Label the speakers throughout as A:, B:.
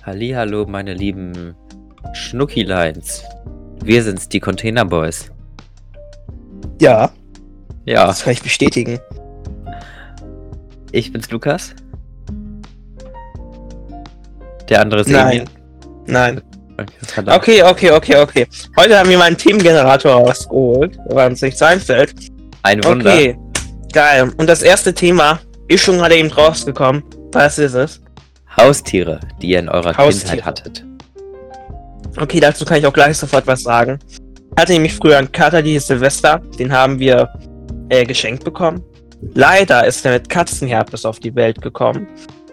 A: Hallihallo, meine lieben Schnuckileins. Wir sind's, die Container Boys.
B: Ja,
A: Ja,
B: das kann ich bestätigen.
A: ich bin's Lukas. Der andere ist
B: Nein.
A: Emil.
B: Nein.
A: Okay, verdammt.
B: Okay. Heute haben wir mal einen Themengenerator rausgeholt, weil uns nichts einfällt.
A: Ein Wunder.
B: Okay, geil. Und das erste Thema ist schon gerade eben rausgekommen. Was ist es?
A: Haustiere, die ihr in eurer
B: Haustiere.
A: Kindheit hattet.
B: Okay, dazu kann ich auch gleich sofort was sagen. Ich hatte nämlich früher einen Kater, die hieß Silvester. Den haben wir geschenkt bekommen. Leider ist er mit Katzenherpes auf die Welt gekommen.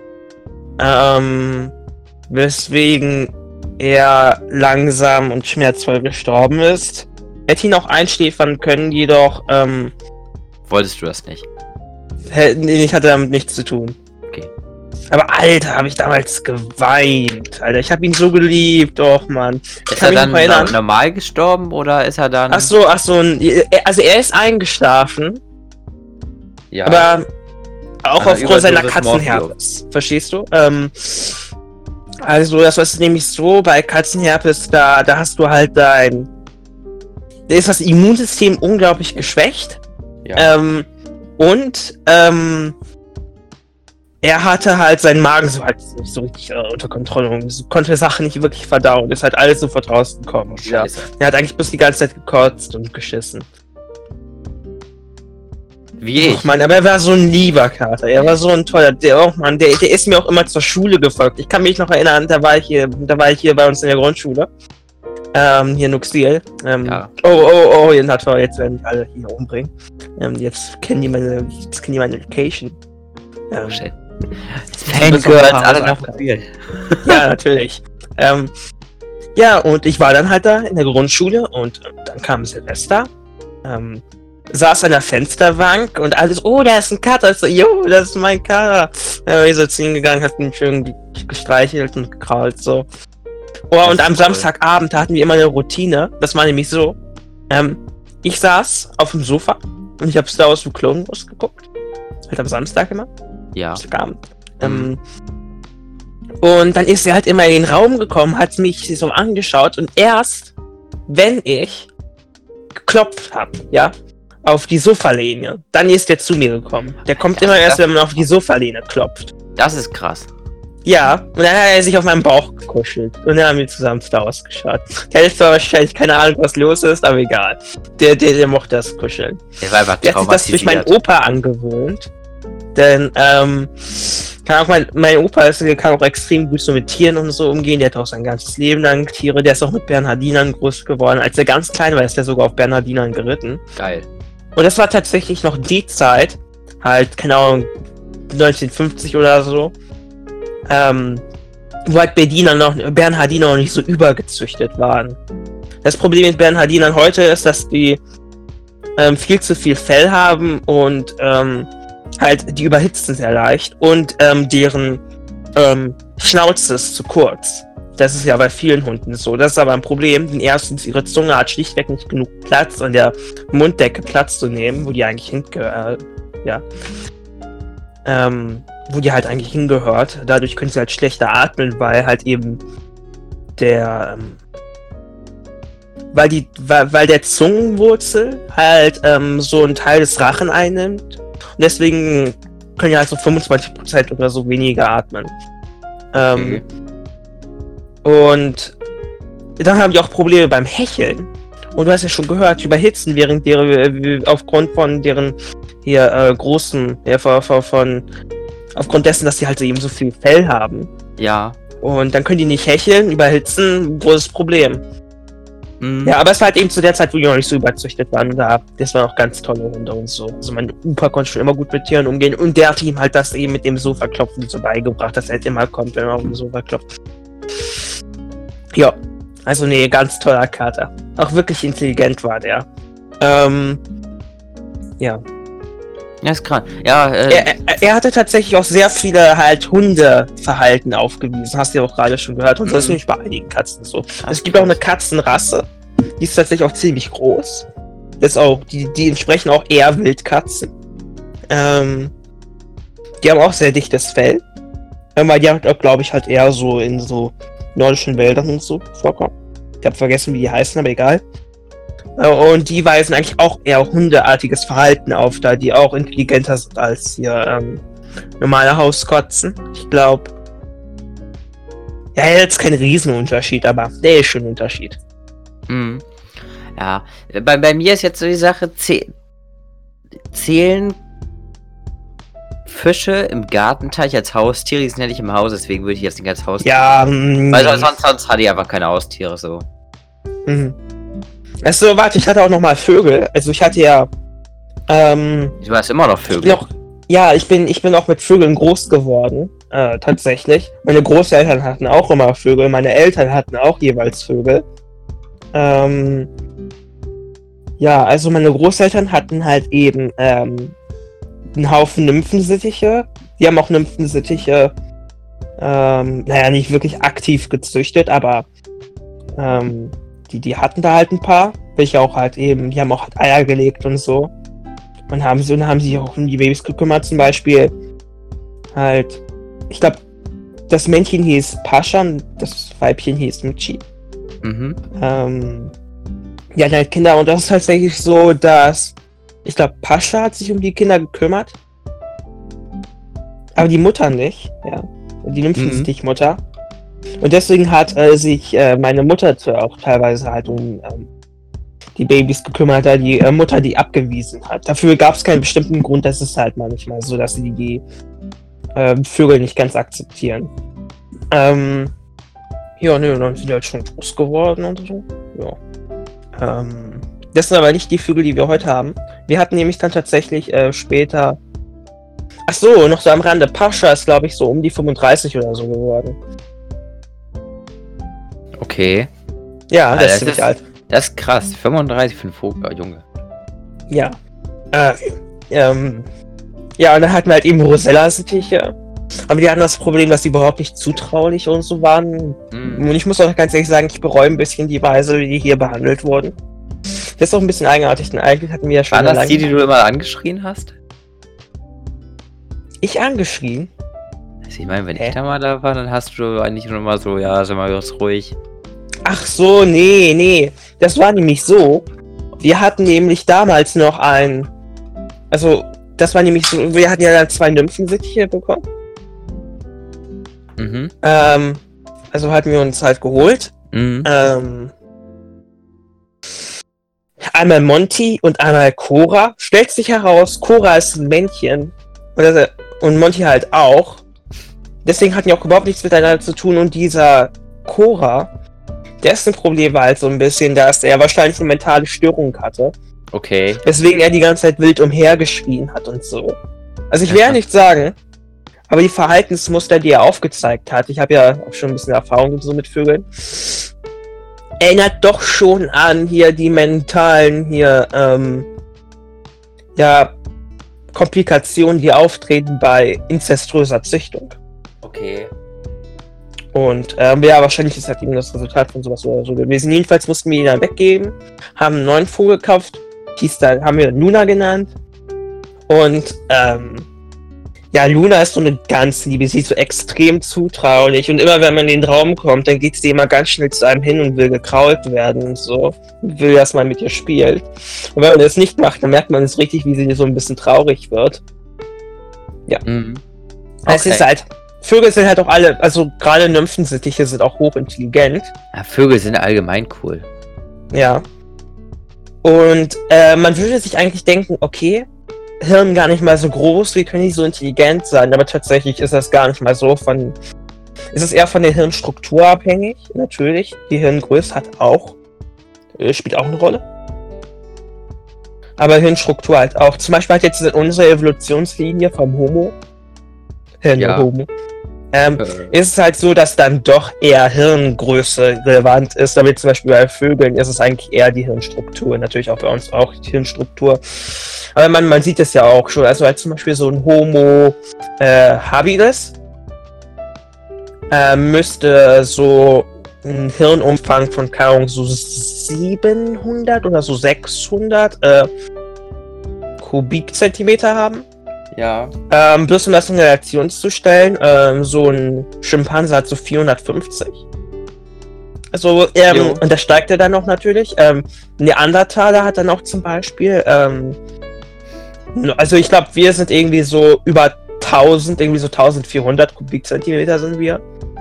B: Weswegen er langsam und schmerzvoll gestorben ist. Hätte ihn auch einschläfern können, jedoch
A: Wolltest du das nicht?
B: ich hatte damit nichts zu tun.
A: Okay.
B: Aber Alter, habe ich damals geweint. Alter, ich habe ihn so geliebt. Och, Mann. Ich
A: Ist
B: kann
A: er
B: mich noch
A: dann
B: erinnern.
A: normal gestorben oder ist er dann...
B: Ach so. Also er ist eingeschlafen,
A: Ja,
B: aber auch
A: An einer
B: aufgrund seiner
A: Überdosis
B: Katzenherpes. Verstehst du? Also das ist nämlich so, bei Katzenherpes, da hast du halt da ist das Immunsystem unglaublich geschwächt.
A: ja.
B: Er hatte halt seinen Magen so halt nicht so richtig unter Kontrolle und konnte Sachen nicht wirklich verdauen. Ist halt alles sofort rausgekommen. Ja.
A: Scheiße.
B: Er hat eigentlich bloß die ganze Zeit gekotzt und geschissen.
A: Wie ich.
B: Och Mann, aber er war so ein lieber Kater. Er war so ein toller. Der ist mir auch immer zur Schule gefolgt. Ich kann mich noch erinnern, da war ich hier bei uns in der Grundschule. Hier in Uxil.
A: Ja.
B: Jetzt werden die alle hier umbringen. Jetzt kennen die meine Location.
A: Oh, shit.
B: Fangirls
A: Fangirls,
B: alle
A: alle
B: noch
A: noch gespielt.
B: Ja, natürlich. Ja, und ich war dann halt da in der Grundschule und dann kam Silvester. Saß an der Fensterbank und alles, oh, da ist ein Kater. Ich so, jo, das ist mein Kater. Ich so zu ihm gegangen, hat ihn schön gestreichelt und gekrault, so. Oh,
A: Das
B: und
A: ist
B: am
A: toll.
B: Samstagabend hatten wir immer eine Routine. Das war nämlich so. Ich saß auf dem Sofa und ich habe Star Wars The Clone Wars geguckt. Halt am Samstag immer.
A: Ja.
B: Samstagabend. Und dann ist er halt immer in den Raum gekommen, hat mich so angeschaut und erst, wenn ich geklopft habe, ja, auf die Sofalehne, dann ist er zu mir gekommen. Der kommt immer erst, wenn man auf die Sofalehne klopft.
A: Das ist krass.
B: Ja, und dann hat er sich auf meinen Bauch gekuschelt und dann haben wir zusammen Star Wars geschaut. Der hat zwar wahrscheinlich keine Ahnung, was los ist, aber egal. Der mochte das Kuscheln.
A: Er war einfach
B: Der hat sich das durch meinen
A: traumatisiert.
B: Opa angewöhnt. Denn, mein Opa kann auch extrem gut so mit Tieren und so umgehen. Der hat auch sein ganzes Leben lang Tiere. Der ist auch mit Bernhardinern groß geworden. Als er ganz klein war, ist er sogar auf Bernhardinern geritten.
A: Geil.
B: Und das war tatsächlich noch die Zeit, halt, keine Ahnung, 1950 oder so, wo halt Bernhardiner noch nicht so übergezüchtet waren. Das Problem mit Bernhardinern heute ist, dass die viel zu viel Fell haben und halt, die überhitzen sehr leicht und deren Schnauze ist zu kurz. Das ist ja bei vielen Hunden so. Das ist aber ein Problem, denn erstens, ihre Zunge hat schlichtweg nicht genug Platz an der Munddecke Platz zu nehmen, wo die eigentlich hingehört. Wo die halt eigentlich hingehört. Dadurch können sie halt schlechter atmen, weil halt eben weil der Zungenwurzel halt so einen Teil des Rachen einnimmt. Und deswegen können die halt so 25% oder so weniger atmen.
A: Okay.
B: Und dann haben die auch Probleme beim Hecheln. Und du hast ja schon gehört, die überhitzen aufgrund von deren hier großen, aufgrund dessen, dass die halt eben so viel Fell haben.
A: Ja.
B: Und dann können die nicht hecheln, überhitzen, großes Problem.
A: Mhm.
B: Ja, aber es war halt eben zu der Zeit, wo die noch nicht so überzüchtet waren. Das waren auch ganz tolle Hunde und so. Also mein Opa konnte schon immer gut mit Tieren umgehen. Und der hat ihm halt das eben mit dem Sofaklopfen so beigebracht, dass er halt immer kommt, wenn er auf dem Sofa klopft. Ja, also nee, ganz toller Kater. Auch wirklich intelligent war der. Ja.
A: Ja, ist krass. Ja,
B: Er hatte tatsächlich auch sehr viele halt Hundeverhalten aufgewiesen. Hast du ja auch gerade schon gehört. Und das ist nämlich bei einigen Katzen so. Es gibt auch eine Katzenrasse, die ist tatsächlich auch ziemlich groß. Das ist auch, die entsprechen auch eher Wildkatzen. Die haben auch sehr dichtes Fell. Weil die halt, glaube ich, halt eher so in so nordischen Wäldern und so vorkommen. Ich habe vergessen, wie die heißen, aber egal. Und die weisen eigentlich auch eher hundeartiges Verhalten auf, da die auch intelligenter sind als hier normale Hauskotzen. Ich glaube. Ja, jetzt kein Riesenunterschied, aber der ist schon ein Unterschied.
A: Mhm. Ja, bei mir ist jetzt so die Sache, zählen Fische im Gartenteich als Haustiere? Die sind ja nicht im Haus, deswegen würde ich jetzt nicht als Haustier.
B: Ja,
A: weil sonst hatte ich einfach keine Haustiere so.
B: Mhm. Achso, warte, ich hatte auch noch mal Vögel. Also ich hatte ja.
A: Du hast immer noch Vögel.
B: Ich bin auch mit Vögeln groß geworden. Tatsächlich. Meine Großeltern hatten auch immer Vögel. Meine Eltern hatten auch jeweils Vögel. Ja, also meine Großeltern hatten halt eben einen Haufen Nymphensittiche. Die haben auch Nymphensittiche, nicht wirklich aktiv gezüchtet, aber die hatten da halt ein paar. Welche auch halt eben, die haben auch halt Eier gelegt und so. Und haben sich auch um die Babys gekümmert, zum Beispiel halt, ich glaube, das Männchen hieß Pascha und das Weibchen hieß Michi.
A: Mhm.
B: Die hatten halt Kinder und das ist tatsächlich so, dass ich glaube, Pascha hat sich um die Kinder gekümmert. Aber die Mutter nicht, ja. Die Nymphensittichmutter. Und deswegen hat sich meine Mutter auch teilweise halt um die Babys gekümmert, da die Mutter die abgewiesen hat. Dafür gab es keinen bestimmten Grund, das ist halt manchmal so, dass sie die Vögel nicht ganz akzeptieren. Dann sind die halt schon groß geworden und so. Ja. Das sind aber nicht die Vögel, die wir heute haben. Wir hatten nämlich dann tatsächlich später. Ach so, noch so am Rande. Pascha ist, glaube ich, so um die 35 oder so geworden.
A: Okay.
B: Ja, das ist ziemlich alt.
A: Das ist krass. 35 für einen Vogel, Junge.
B: Ja. Ja, und dann hatten wir halt eben Rosella-Sittiche. Aber die hatten das Problem, dass die überhaupt nicht zutraulich und so waren. Und ich muss auch ganz ehrlich sagen, ich bereue ein bisschen die Weise, wie die hier behandelt wurden. Das ist auch ein bisschen eigenartig, denn eigentlich hatten wir ja schon.
A: Waren das die du immer angeschrien hast?
B: Ich angeschrien?
A: Also ich meine, wenn ich da mal da war, dann hast du eigentlich nur mal so, ja, sag mal, was ruhig.
B: Ach so, nee. Das war nämlich so. Wir hatten nämlich damals noch das war nämlich so, wir hatten ja dann 2 Nymphensittiche bekommen.
A: Mhm.
B: Also hatten wir uns halt geholt.
A: Mhm.
B: Einmal Monty und einmal Cora. Stellt sich heraus, Cora ist ein Männchen. Und Monty halt auch. Deswegen hatten die auch überhaupt nichts miteinander zu tun. Und dieser Cora, dessen Problem war halt so ein bisschen, dass er wahrscheinlich eine mentale Störung hatte.
A: Okay.
B: Weswegen er die ganze Zeit wild umhergeschrien hat und so. Also ich will ja nicht sagen, aber die Verhaltensmuster, die er aufgezeigt hat, ich habe ja auch schon ein bisschen Erfahrung so mit Vögeln, erinnert doch schon an hier die mentalen Komplikationen, die auftreten bei inzestuöser Züchtung.
A: Okay.
B: Und wahrscheinlich ist halt eben das Resultat von sowas oder so gewesen. Jedenfalls mussten wir ihn dann weggeben, haben einen neuen Vogel gekauft, haben wir Luna genannt. Und Luna ist so eine ganz liebe, sie ist so extrem zutraulich und immer wenn man in den Raum kommt, dann geht sie immer ganz schnell zu einem hin und will gekrault werden und so. Will, dass man mit ihr spielt. Und wenn man das nicht macht, dann merkt man es richtig, wie sie so ein bisschen traurig wird. Ja. Mhm. Okay. Es ist halt, Vögel sind halt auch alle, also gerade Nymphensittiche sind auch hochintelligent.
A: Ja, Vögel sind allgemein cool.
B: Ja. Und man würde sich eigentlich denken, okay, Hirn gar nicht mal so groß, wie können die so intelligent sein? Aber tatsächlich ist das gar nicht mal so ist es eher von der Hirnstruktur abhängig, natürlich. Die Hirngröße spielt auch eine Rolle. Aber Hirnstruktur halt auch. Zum Beispiel hat jetzt unsere Evolutionslinie vom Homo, Homo, ist es halt so, dass dann doch eher Hirngröße relevant ist. Damit zum Beispiel bei Vögeln ist es eigentlich eher die Hirnstruktur. Natürlich auch bei uns auch die Hirnstruktur. Aber man sieht es ja auch schon. Also halt zum Beispiel so ein Homo habilis müsste so einen Hirnumfang von, keine Ahnung, so 700 oder so 600 Kubikzentimeter haben.
A: Ja.
B: Bloß um das in Relation zu stellen, so ein Schimpanse hat so 450. Also,
A: Jo.
B: und das steigt er dann noch natürlich. Neandertaler hat dann auch zum Beispiel, also ich glaube, wir sind irgendwie so über 1000, irgendwie so 1400 Kubikzentimeter sind wir.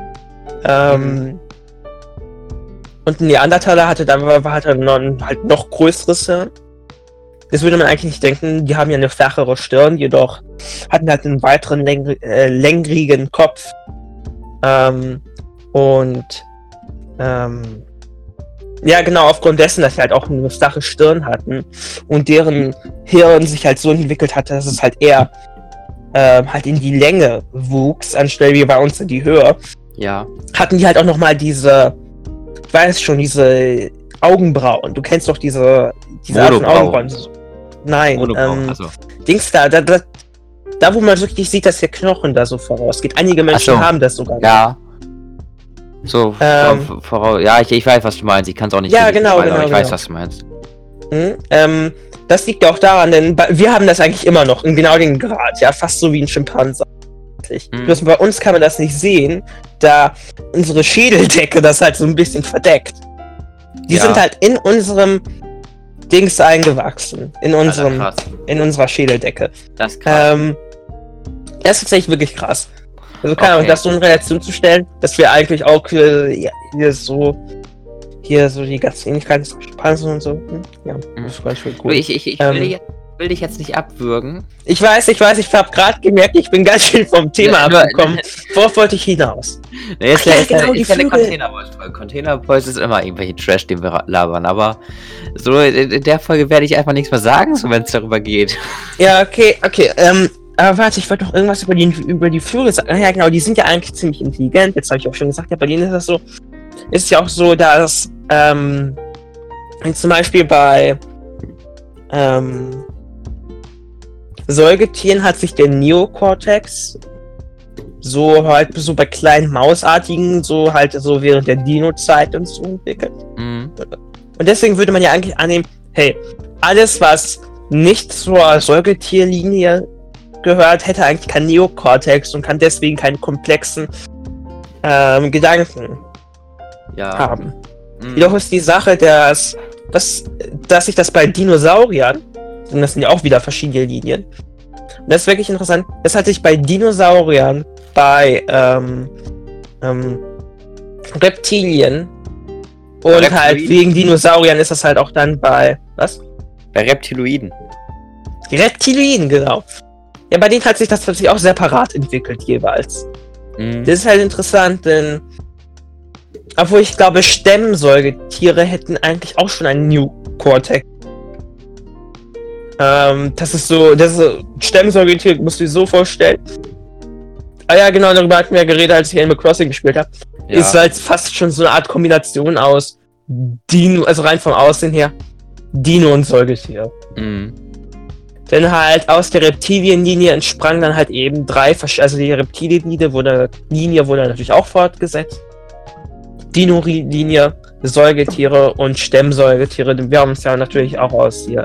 B: Und ein Neandertaler hatte dann halt noch größeres Hirn. Das würde man eigentlich nicht denken, die haben ja eine flachere Stirn, jedoch hatten halt einen weiteren längrigen Kopf. Ja, genau, aufgrund dessen, dass sie halt auch eine flache Stirn hatten und deren Hirn sich halt so entwickelt hatte, dass es halt eher halt in die Länge wuchs, anstelle wie bei uns in die Höhe,
A: Ja.
B: hatten die halt auch nochmal diese, ich weiß schon, diese Augenbrauen. Du kennst doch diese Art von
A: Monobrauen.
B: Augenbrauen. Nein,
A: Monobrauen, also.
B: Dings da, wo man wirklich sieht, dass der Knochen da so vorausgeht. Einige Menschen
A: Ach so.
B: haben das sogar.
A: Ja. So,
B: Ähm,
A: voraus. Ja, ich weiß, was du meinst. Ich kann es auch nicht
B: Ja,
A: richtig
B: genau,
A: beschreiben, aber
B: genau,
A: ich weiß,
B: genau.
A: was du meinst.
B: Das liegt auch daran, denn wir haben das eigentlich immer noch, in genau den Grad, ja, fast so wie ein Schimpanse. Bloß bei uns kann man das nicht sehen, da unsere Schädeldecke das halt so ein bisschen verdeckt. Die
A: Ja.
B: sind halt in unserem Dings eingewachsen, in
A: Alter, krass.
B: unserer Schädeldecke.
A: Das ist krass.
B: Das ist tatsächlich wirklich krass. Also keine Ahnung,
A: Okay.
B: das so in Relation zu stellen, dass wir eigentlich auch hier so die ganzen Ähnlichkeiten zu Schimpansen und so. Ja, das ist ganz schön
A: Du,
B: cool.
A: ich will dich jetzt nicht abwürgen.
B: Ich weiß, ich habe gerade gemerkt, ich bin ganz schön vom Thema
A: Ja, nur-
B: abgekommen. Worauf wollte ich hinaus?
A: Nee, ist
B: Ach ja,
A: ja
B: genau, die
A: ist ja eine
B: Flügel.
A: Container-Boys-Folge. Container-Boys ist immer irgendwelche Trash, den wir labern, aber so in der Folge werde ich einfach nichts mehr sagen, so wenn es darüber geht.
B: Ja, okay. Aber warte, ich wollte noch irgendwas über die Vögel sagen. Ja, genau, die sind ja eigentlich ziemlich intelligent. Jetzt habe ich auch schon gesagt, ja, bei denen ist das so. Ist ja auch so, dass, zum Beispiel bei, Säugetieren hat sich der Neokortex so bei kleinen Mausartigen so während der Dino-Zeit und so entwickelt.
A: Mhm.
B: Und deswegen würde man ja eigentlich annehmen, hey, alles, was nicht zur Säugetierlinie gehört, hätte eigentlich kein Neokortex und kann deswegen keinen komplexen Gedanken
A: Ja.
B: haben.
A: Mhm.
B: Jedoch ist die Sache, dass sich das bei Dinosauriern, und das sind ja auch wieder verschiedene Linien, und das ist wirklich interessant, das hat sich bei Dinosauriern, bei Reptilien und
A: Reptiloiden.
B: halt wegen Dinosauriern ist das halt auch dann bei, was?
A: Bei Reptiloiden.
B: Reptilien, genau. Ja, bei denen hat sich das tatsächlich auch separat entwickelt jeweils.
A: Mhm.
B: Das ist halt interessant, denn obwohl ich glaube, Stemmsäugetiere hätten eigentlich auch schon einen Neokortex. Stemmsäugetier musst du dir so vorstellen. Ah ja, genau, darüber hatten wir ja geredet, als ich Animal Crossing gespielt habe.
A: Ja.
B: Ist halt fast schon so eine Art Kombination aus Dino, also rein vom Aussehen her, Dino und Säugetier.
A: Mhm.
B: Denn halt aus der Reptilienlinie entsprangen dann halt eben also die Reptilienlinie wurde natürlich auch fortgesetzt. Dino-Linie, Säugetiere und Stemmsäugetiere. Wir haben uns ja natürlich auch aus hier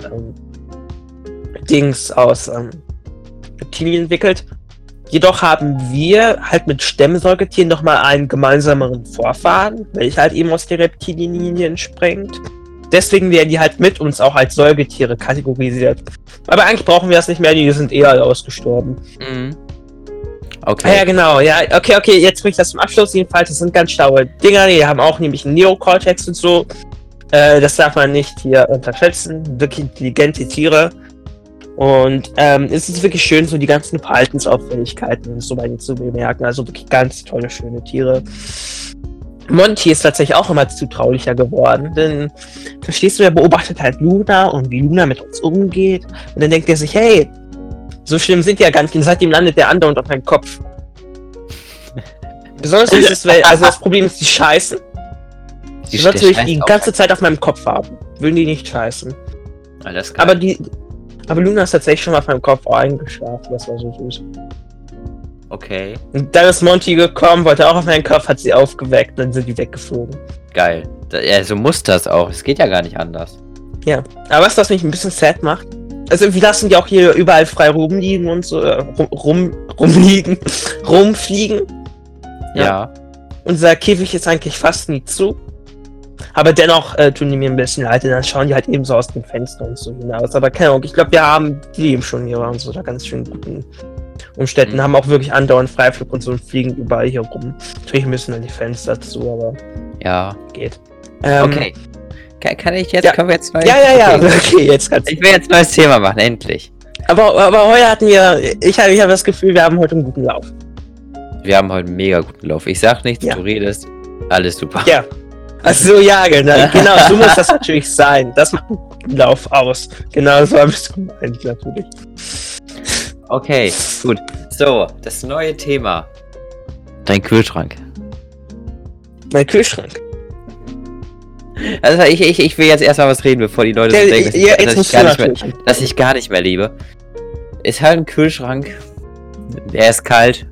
B: Reptilien entwickelt. Jedoch haben wir halt mit Stemmsäugetieren nochmal einen gemeinsameren Vorfahren, welcher halt eben aus der Reptilienlinie entspringt. Deswegen werden die halt mit uns auch als Säugetiere kategorisiert. Aber eigentlich brauchen wir das nicht mehr, die sind eher ausgestorben.
A: Mhm.
B: Ah,
A: Okay.
B: ja, genau, ja, okay, jetzt bringe ich das zum Abschluss. Jedenfalls, das sind ganz schlaue Dinger, die haben auch nämlich einen Neokortex und so. Das darf man nicht hier unterschätzen. Wirklich intelligente Tiere. Und es ist wirklich schön, so die ganzen Verhaltensauffälligkeiten und so weiter zu bemerken. Also wirklich ganz tolle, schöne Tiere. Monty ist tatsächlich auch immer zutraulicher geworden, denn verstehst du, er beobachtet halt Luna und wie Luna mit uns umgeht. Und dann denkt er sich, hey, so schlimm sind die ja gar nicht. Und seitdem landet der andauernd auf meinem Kopf. Besonders ist es, also das Problem ist, die scheißen. Die sollten natürlich die ganze Zeit auf meinem Kopf haben. Würden die nicht scheißen.
A: Alles klar.
B: Aber Luna ist tatsächlich schon mal auf meinem Kopf eingeschlafen. Das war so süß.
A: Okay.
B: Und dann ist Monty gekommen, wollte auch auf meinen Kopf, hat sie aufgeweckt, dann sind die weggeflogen.
A: Geil. Ja, so muss das auch. Es geht ja gar nicht anders.
B: Ja. Aber weißt du, was mich ein bisschen sad macht? Also wir lassen die auch hier überall frei rumliegen und so, rumfliegen.
A: Ja.
B: Unser Käfig ist eigentlich fast nie zu. Aber dennoch tun die mir ein bisschen leid, denn dann schauen die halt eben so aus dem Fenster und so hinaus. Aber keine Ahnung, ich glaube, die leben schon hier und so da ganz schön guten Umständen, haben auch wirklich andauernd Freiflug und so und fliegen überall hier rum. Natürlich müssen dann die Fenster zu, aber
A: Ja.
B: geht.
A: Okay. Kann ich jetzt,
B: ja.
A: Können wir jetzt neu?
B: Ja, okay, jetzt kannst du.
A: Ich will jetzt ein neues Thema machen, endlich.
B: Aber heute hatten wir, ich habe das Gefühl, wir haben heute einen guten Lauf.
A: Wir haben heute einen mega guten Lauf. Ich sag nichts,
B: Ja.
A: du redest, alles super.
B: Ja. Also ja, genau, so muss das natürlich sein. Das macht einen guten Lauf aus. Genau so habe ich es gemeint, natürlich.
A: Okay, gut. So, das neue Thema. Dein Kühlschrank.
B: Mein Kühlschrank.
A: Also ich will jetzt erstmal was reden, bevor die Leute so denken, dass ich gar nicht mehr lebe. Ist halt ein Kühlschrank. Der ist kalt.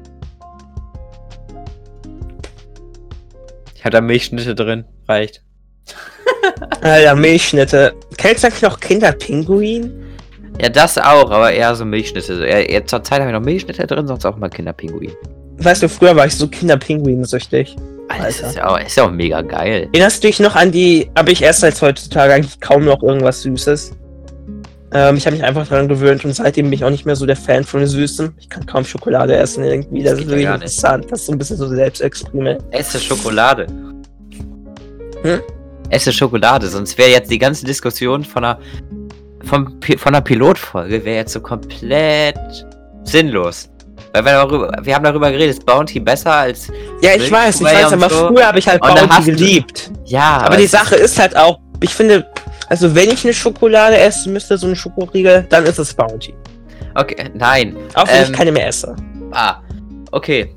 A: Ich habe da Milchschnitte drin. Reicht.
B: Ja, Milchschnitte. Kennst du eigentlich noch Kinderpinguin?
A: Ja, das auch, aber eher so Milchschnitte. Zur Zeit habe ich noch Milchschnitte drin, sonst auch mal Kinderpinguin.
B: Weißt du, früher war ich so Kinderpinguin-süchtig.
A: Alter. Ist ja auch mega geil.
B: Erinnerst du dich noch an die, aber ich esse seit heutzutage eigentlich kaum noch irgendwas Süßes. Ich habe mich einfach daran gewöhnt und seitdem bin ich auch nicht mehr so der Fan von Süßem. Ich kann kaum Schokolade essen irgendwie, das ist wirklich interessant. Das ist so ein bisschen so Selbstexperiment.
A: Esse Schokolade.
B: Hm?
A: Esse Schokolade, sonst wäre jetzt die ganze Diskussion von einer Pilotfolge wäre jetzt so komplett sinnlos. Weil wir haben darüber geredet, ist Bounty besser als...
B: Ja, ich weiß, aber so. Früher habe ich halt Bounty geliebt.
A: Ja,
B: aber die Sache ist halt auch, ich finde, also wenn ich eine Schokolade essen müsste, so eine Schokoriegel, dann ist es Bounty.
A: Okay, nein.
B: Auch wenn ich keine mehr esse.
A: Okay.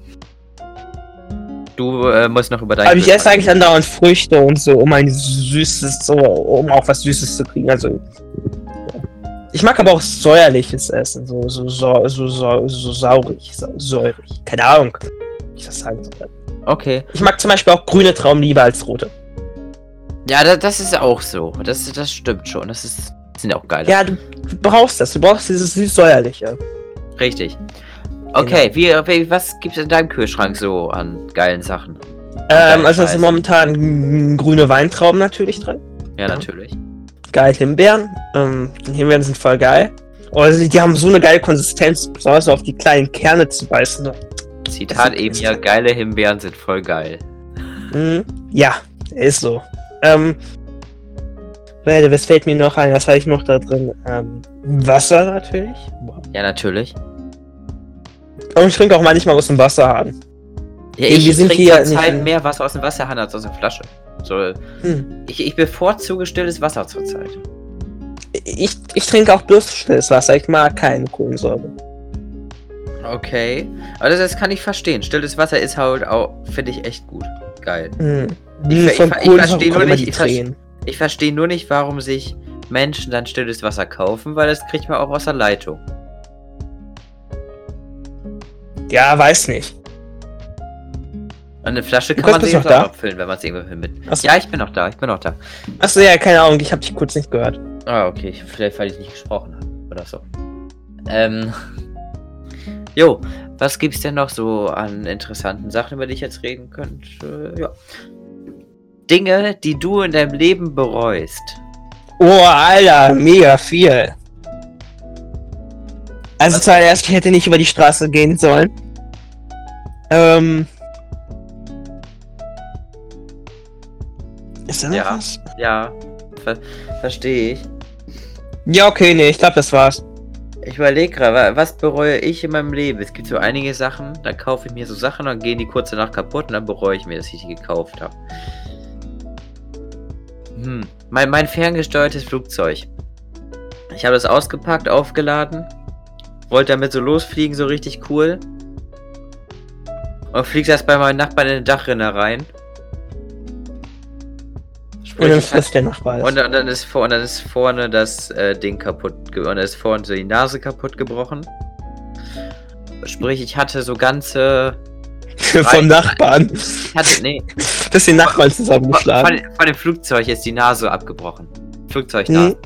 A: Du musst noch über dein...
B: Aber ich esse eigentlich andauernd Früchte und so, um ein süßes, um auch was Süßes zu kriegen, also... Ich mag aber auch säuerliches Essen, so saurig, säurig. Keine Ahnung, wie ich das sagen soll.
A: Okay.
B: Ich mag zum Beispiel auch grüne Trauben lieber als rote.
A: Ja, das ist auch so. Das stimmt schon. Sind auch geil.
B: Ja, du brauchst das. Du brauchst dieses süß-säuerliche.
A: Richtig. Okay, genau. Was gibt's in deinem Kühlschrank so an geilen Sachen?
B: Also es sind momentan grüne Weintrauben natürlich drin.
A: Ja, natürlich.
B: Geil Himbeeren. Himbeeren sind voll geil. Also die haben so eine geile Konsistenz, besonders auf die kleinen Kerne zu beißen.
A: Zitat eben ja, geile Himbeeren sind voll geil.
B: Ja, ist so. Was fällt mir noch ein? Was habe ich noch da drin? Wasser natürlich.
A: Ja, natürlich.
B: Und ich trinke auch manchmal aus dem Wasserhahn.
A: Ja, ich trinke hier Zeit mehr Wasser aus dem Wasserhahn als aus der Flasche. So, ich bevorzuge stilles Wasser zurzeit.
B: Ich trinke auch bloß stilles Wasser. Ich mag keine Kohlensäure.
A: Okay. Aber das kann ich verstehen. Stilles Wasser ist halt auch, finde ich, echt gut. Geil. Ich verstehe nur nicht, warum sich Menschen dann stilles Wasser kaufen, weil das kriegt man auch aus der Leitung.
B: Ja, weiß nicht.
A: Eine Flasche kann man sich auch abfüllen, wenn man es irgendwo mit.
B: Achso.
A: Ja, ich bin noch da.
B: Achso, ja, keine Ahnung, ich habe dich kurz nicht gehört.
A: Okay, vielleicht weil ich nicht gesprochen habe oder so. Jo, was gibt's denn noch so an interessanten Sachen, über die ich jetzt reden könnte? Ja. Dinge, die du in deinem Leben bereust.
B: Oh, Alter, mega viel. Also zuallererst, ich hätte nicht über die Straße gehen sollen. Ist da noch was?
A: Ja, verstehe ich.
B: Ja, okay, nee, ich glaube, das war's.
A: Ich überlege gerade, was bereue ich in meinem Leben? Es gibt so einige Sachen, da kaufe ich mir so Sachen, dann gehen die kurz danach kaputt und dann bereue ich mir, dass ich die gekauft habe. Mein ferngesteuertes Flugzeug. Ich habe das ausgepackt, aufgeladen, wollte damit so losfliegen, so richtig cool. Und fliegt erst bei meinem Nachbarn in den Dachrinne rein.
B: Und dann frisst der Nachbar alles.
A: Und dann ist vorne das Ding kaputt. Und dann ist vorne so die Nase kaputt gebrochen. Sprich, ich hatte so ganze...
B: Vom Nachbarn.
A: Nee.
B: Dass die Nachbarn zusammengeschlagen.
A: Von dem Flugzeug ist die Nase abgebrochen. Flugzeugnase.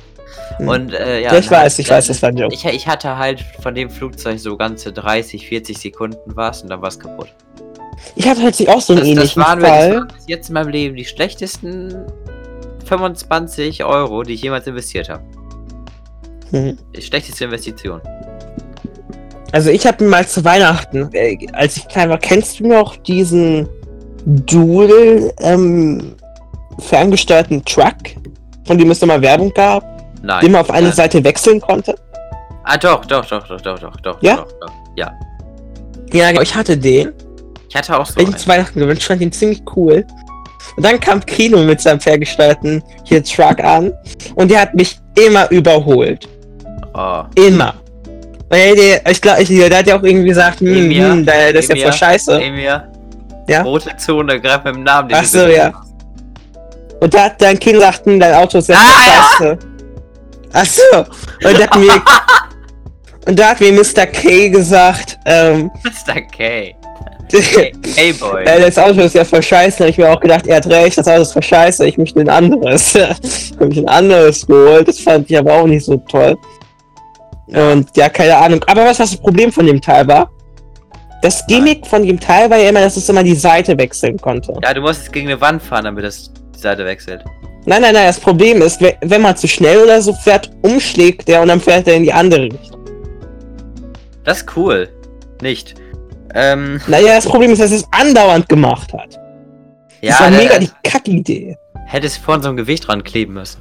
A: Und ja,
B: Ja, ich weiß, das war ein Joke.
A: Ich hatte halt von dem Flugzeug so ganze 30, 40 Sekunden was und dann war es kaputt.
B: Ich hatte halt auch so einen ähnlichen
A: das waren
B: Fall.
A: bis jetzt in meinem Leben die schlechtesten 25 Euro, die ich jemals investiert habe. Die schlechteste Investition.
B: Also ich habe mir mal zu Weihnachten, als ich klein war, kennst du noch diesen Dual ferngesteuerten Truck, von dem es immer Werbung gab,
A: Nein.
B: den man auf eine Seite wechseln konnte?
A: Ah, doch.
B: Ja?
A: Doch. Ja.
B: Ja, ich hatte den.
A: Ich hatte auch so
B: Ich zu Weihnachten gewünscht, fand ihn ziemlich cool. Und dann kam Kino mit seinem ferngesteuerten Truck an und der hat mich immer überholt.
A: Oh.
B: Immer. Ich glaube, der hat ja auch irgendwie gesagt, das ist ja voll scheiße.
A: Emir,
B: ja?
A: Rote Zone, greif mit dem Namen.
B: Ach so, ja. Und da hat dein Kind gesagt, dein Auto ist ja voll scheiße. Ach so. Und da hat mir Mr. K gesagt,
A: Mr. K. Hey Boy.
B: Das Auto ist ja voll scheiße. Da hab ich mir auch gedacht, er hat recht, das Auto ist voll scheiße, ich möchte ein anderes. Hab ich ein anderes geholt, das fand ich aber auch nicht so toll. Ja. Und ja, keine Ahnung. Aber was das Problem von dem Teil war? Das Gimmick von dem Teil war ja immer, dass es immer die Seite wechseln konnte.
A: Ja, du musst jetzt gegen eine Wand fahren, damit das die Seite wechselt.
B: Nein, das Problem ist, wenn man zu schnell oder so fährt, umschlägt der und dann fährt er in die andere Richtung.
A: Das ist cool. Nicht.
B: Naja, das Problem ist, dass es andauernd gemacht hat. Ja, das war mega die Kackidee.
A: Hättest du vorhin so ein Gewicht dran kleben müssen.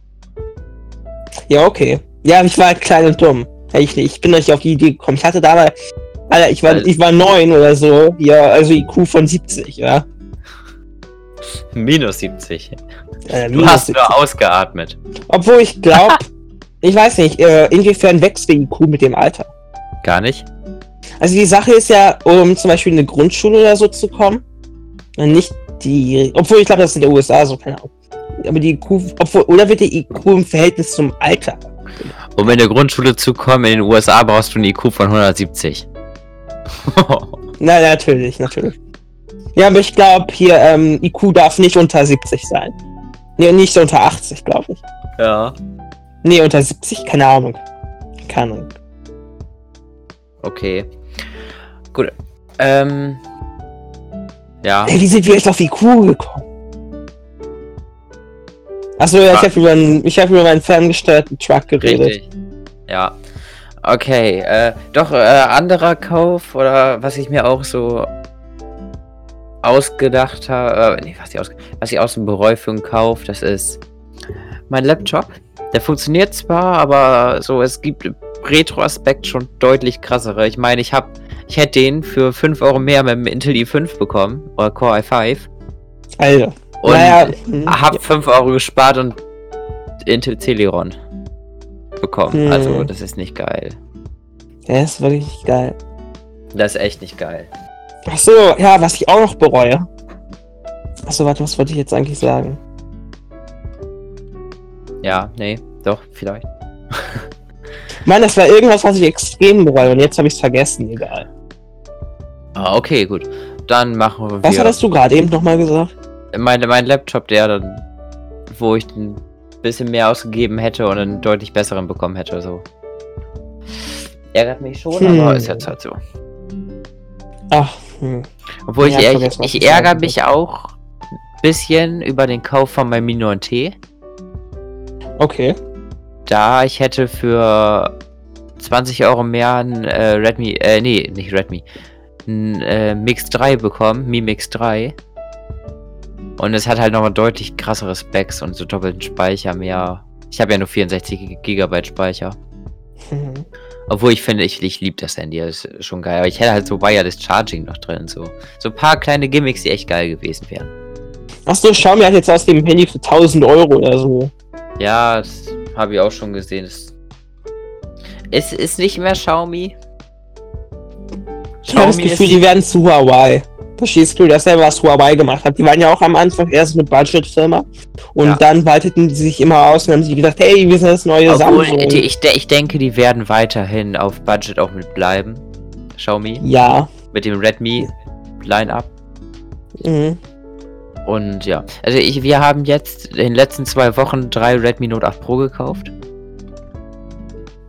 B: Ja, okay. Ja, ich war halt klein und dumm. Ich bin nicht auf die Idee gekommen. Ich hatte damals, Alter, ich war 9 oder so. Ja, also IQ von 70, ja.
A: Minus 70.
B: Du
A: hast nur ausgeatmet.
B: Obwohl ich glaube, ich weiß nicht, inwiefern wächst der IQ mit dem Alter?
A: Gar nicht.
B: Also die Sache ist ja, um zum Beispiel in eine Grundschule oder so zu kommen, nicht die, obwohl ich glaube, das ist in den USA so, keine Ahnung. Aber die IQ, oder wird der IQ im Verhältnis zum Alter?
A: Um in der Grundschule zu kommen, in den USA brauchst du einen IQ von 170.
B: Na, natürlich. Ja, aber ich glaube hier, IQ darf nicht unter 70 sein. Nee, nicht unter 80, glaube ich.
A: Ja.
B: Nee, unter 70? Keine Ahnung.
A: Okay. Gut. Ja.
B: Ey, wie sind wir jetzt auf IQ gekommen? Achso, ja, ich hab über meinen ferngesteuerten Truck geredet.
A: Richtig. Ja. Okay, anderer Kauf, oder was ich mir auch so ausgedacht habe, was ich aus dem bereue für einen Kauf, das ist mein Laptop. Der funktioniert zwar, aber so, es gibt im Retro-Aspekt schon deutlich krassere. Ich meine, ich hätte den für 5 Euro mehr mit dem Intel i5 bekommen, oder Core i5.
B: Alter.
A: Und hab 5 Euro gespart und Intel Celeron bekommen. Also, das ist nicht geil.
B: Der ist wirklich nicht geil.
A: Das ist echt nicht geil.
B: Achso, ja, was ich auch noch bereue. Achso, warte, was wollte ich jetzt eigentlich sagen?
A: Ja, nee, doch, vielleicht.
B: Mann, das war irgendwas, was ich extrem bereue und jetzt habe ich es vergessen, egal.
A: Ah, okay, gut. Dann machen wir.
B: Was hattest du gerade eben nochmal gesagt?
A: Mein Laptop, wo ich ein bisschen mehr ausgegeben hätte und einen deutlich besseren bekommen hätte, so. Ärgert mich schon, aber ist jetzt halt so.
B: Ach,
A: Obwohl ich ärgere mich auch ein bisschen über den Kauf von meinem Mi 9T.
B: Okay.
A: Da ich hätte für 20 Euro mehr ein Redmi, nicht Redmi, ein Mix 3 bekommen, Mi Mix 3. Und es hat halt nochmal deutlich krassere Specs und so doppelten Speicher mehr. Ich habe ja nur 64 GB Speicher. Obwohl ich finde, ich liebe das Handy, das ist schon geil. Aber ich hätte halt so Wireless Charging noch drin, so ein paar kleine Gimmicks, die echt geil gewesen wären.
B: Achso, Xiaomi hat jetzt aus dem Handy für 1000 Euro oder so.
A: Ja, das habe ich auch schon gesehen. Es ist nicht mehr Xiaomi.
B: Ich habe das Gefühl, die werden zu Huawei. Verstehst du, dass selber was Huawei gemacht hat? Die waren ja auch am Anfang erst eine Budget-Firma und dann weiteten die sich immer aus und haben sich gedacht, hey, wir sind das neue Samsung.
A: Ich denke, die werden weiterhin auf Budget auch mit bleiben. Xiaomi.
B: Ja.
A: Mit dem Redmi Line-Up.
B: Mhm.
A: Und ja, also wir haben jetzt in den letzten 2 Wochen 3 Redmi Note 8 Pro gekauft.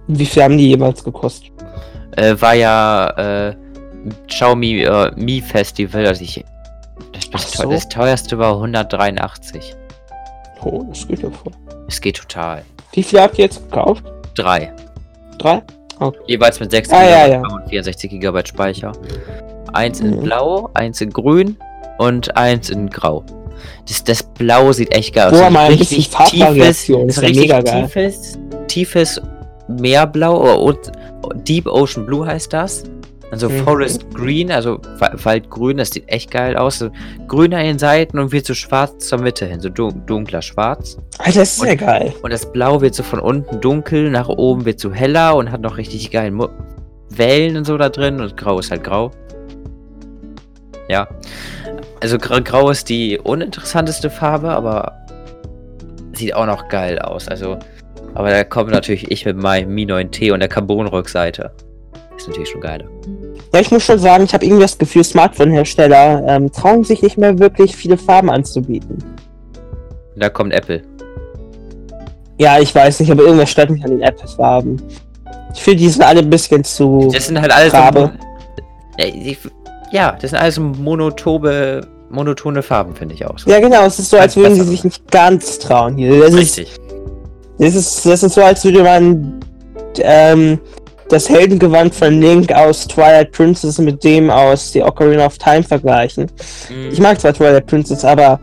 B: Wie viel haben die jeweils gekostet?
A: War ja Xiaomi Mi Festival, also das teuerste war 183.
B: Oh, das geht ja voll.
A: Es geht total.
B: Wie viel habt ihr jetzt gekauft?
A: 3.
B: 3? Okay.
A: Jeweils mit 6
B: ja.
A: und 64 GB Speicher. Eins in blau, eins in grün und eins in grau. Das Blau sieht echt geil aus.
B: Boah, mal ein bisschen Farbvariation, ist ja mega geil.
A: Tiefes Meerblau oder Deep Ocean Blue heißt das. Also Forest Green, also Waldgrün, das sieht echt geil aus. So grün an den Seiten und wird so schwarz zur Mitte hin, so dunkler Schwarz.
B: Alter, das ist ja geil.
A: Und das Blau wird so von unten dunkel, nach oben wird so heller und hat noch richtig geilen Wellen und so da drin und grau ist halt grau. Ja. Also grau ist die uninteressanteste Farbe, aber sieht auch noch geil aus. Also, aber da kommt natürlich ich mit meinem Mi 9T und der Carbon-Rückseite. Ist natürlich schon geiler.
B: Ja, ich muss schon sagen, ich habe irgendwie das Gefühl, Smartphone-Hersteller trauen sich nicht mehr wirklich viele Farben anzubieten.
A: Da kommt Apple.
B: Ja, ich weiß nicht, aber irgendwas stört mich an den Apple-Farben. Ich finde, die sind alle ein bisschen zu
A: Das sind halt alles
B: Farbe.
A: Ja, das sind alles monotone Farben, finde ich auch. So.
B: Ja, genau, es ist so, als würden sie sich nicht ganz trauen hier.
A: Richtig.
B: Das ist so, als würde man das Heldengewand von Link aus Twilight Princess mit dem aus The Ocarina of Time vergleichen. Ich mag zwar Twilight Princess, aber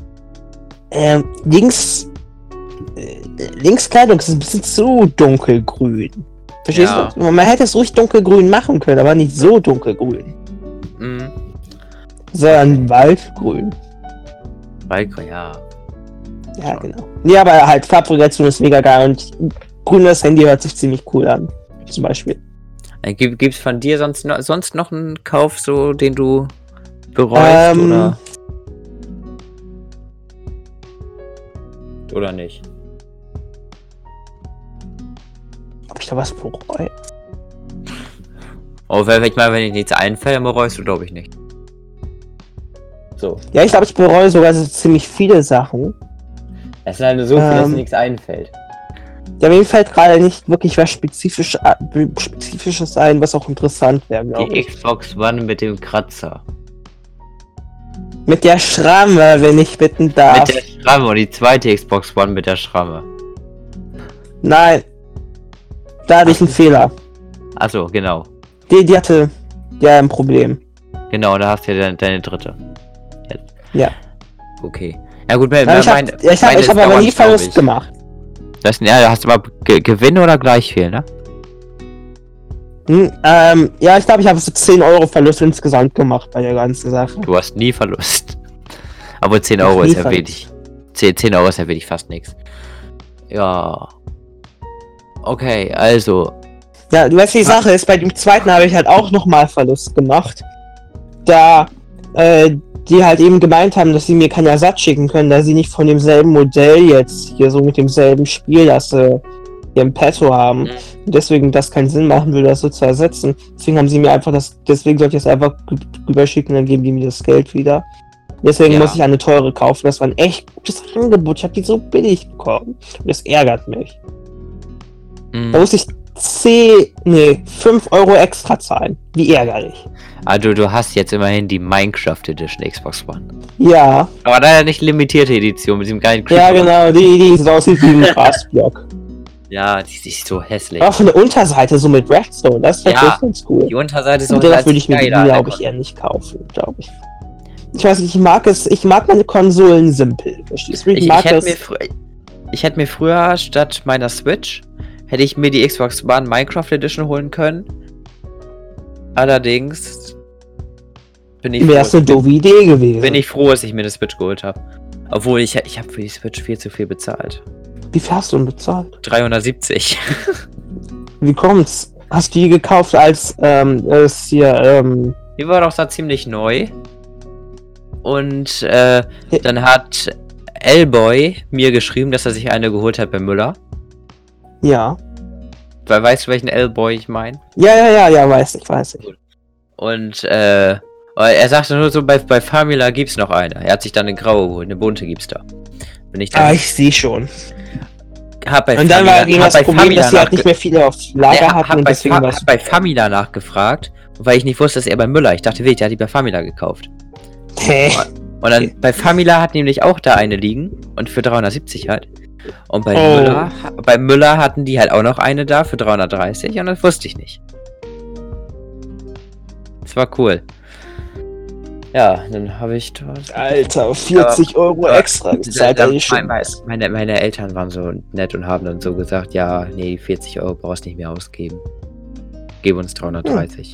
B: Links Kleidung ist ein bisschen zu dunkelgrün. Verstehst du? Man hätte es ruhig dunkelgrün machen können, aber nicht so dunkelgrün. Sondern Waldgrün.
A: Waldgrün, ja.
B: Ja, genau. Nee, aber halt Farbvariation ist mega geil und grünes Handy hört sich ziemlich cool an. Zum Beispiel.
A: Gibt's von dir sonst noch einen Kauf, so den du bereust oder nicht?
B: Ob ich da was bereue?
A: Oh, wenn dir nichts einfällt, dann bereust du, glaube ich, nicht. So.
B: Ja, ich glaube, ich bereue sogar so ziemlich viele Sachen.
A: Es sind halt nur so viel, dass dir nichts einfällt.
B: Ja, mir fällt gerade nicht wirklich was Spezifisches ein, was auch interessant wäre, glaube ich.
A: Die Xbox One mit dem Kratzer.
B: Mit der Schramme, wenn ich bitten darf.
A: Mit der Schramme und die zweite Xbox One mit der Schramme.
B: Nein. Da hatte ich einen Fehler.
A: Achso, genau.
B: Die hatte ja ein Problem.
A: Genau, da hast du ja deine dritte.
B: Ja.
A: Okay. Ja gut,
B: ich habe aber nie Verlust gemacht.
A: Da hast du mal Gewinn oder gleich viel, ne?
B: Ja, ich glaube, ich habe so 10 Euro Verlust insgesamt gemacht bei der ganzen Sache.
A: Du hast nie Verlust. Aber 10 Euro ist ja wenig. 10 Euro ist ja wirklich fast nichts. Ja. Okay, also.
B: Ja, du weißt, die Sache ist, bei dem zweiten habe ich halt auch nochmal Verlust gemacht. Da, die halt eben gemeint haben, dass sie mir keinen Ersatz schicken können, da sie nicht von demselben Modell jetzt hier so mit demselben Spiel, das sie hier im Petto haben. Und deswegen das keinen Sinn machen würde, das so zu ersetzen. Deswegen haben sie mir einfach deswegen sollte ich das einfach rüberschicken, dann geben die mir das Geld wieder. Deswegen muss ich eine teure kaufen. Das war ein echt gutes Angebot. Ich habe die so billig bekommen. Und das ärgert mich. Da muss ich 5 Euro extra zahlen. Wie ärgerlich.
A: Also du hast jetzt immerhin die Minecraft Edition Xbox One.
B: Ja.
A: Aber leider nicht limitierte Edition mit diesem geilen Creeper.
B: Ja, genau, die so aussieht wie ein Grasblock.
A: Ja, die ist so hässlich.
B: Aber von der Unterseite so mit Redstone, das ist tatsächlich ganz cool.
A: Die Unterseite ist auch
B: das würde ich mir, glaube ich, eher nicht kaufen, glaube ich. Ich weiß nicht, ich mag meine Konsolen simpel. Verstehst du? Ich
A: hätte mir früher statt meiner Switch hätte ich mir die Xbox One Minecraft Edition holen können. Allerdings
B: wäre es eine doofe Idee gewesen.
A: Bin ich froh, dass ich mir eine Switch geholt habe. Obwohl ich habe für die Switch viel zu viel bezahlt.
B: Wie viel hast du denn bezahlt?
A: 370.
B: Wie kommt's? Hast du die gekauft als es hier
A: Die war doch da ziemlich neu. Und dann hat L-Boy mir geschrieben, dass er sich eine geholt hat bei Müller.
B: Ja.
A: Weil weißt du, welchen L-Boy ich meine?
B: Ja, weiß ich.
A: Und er sagte nur so, bei Famila gibt's noch eine. Er hat sich dann eine graue geholt, eine bunte gibt's da. Ich
B: sehe schon.
A: hab bei
B: Und dann war irgendwann das Problem,
A: Famila
B: dass sie halt nicht mehr viele auf Lager hatten und deswegen war
A: hab bei Famila nachgefragt, weil ich nicht wusste, dass er bei Müller. Ich dachte, der hat die bei Famila gekauft.
B: Hä?
A: Und dann bei Famila hat nämlich auch da eine liegen und für 370 halt. Und bei Müller hatten die halt auch noch eine da für 330 und das wusste ich nicht. Das war cool. Ja, dann habe ich dort...
B: Alter, 40 Euro extra gezahlt.
A: Meine Eltern waren so nett und haben dann so gesagt, ja, nee, 40 Euro brauchst nicht mehr ausgeben. Gib uns 330.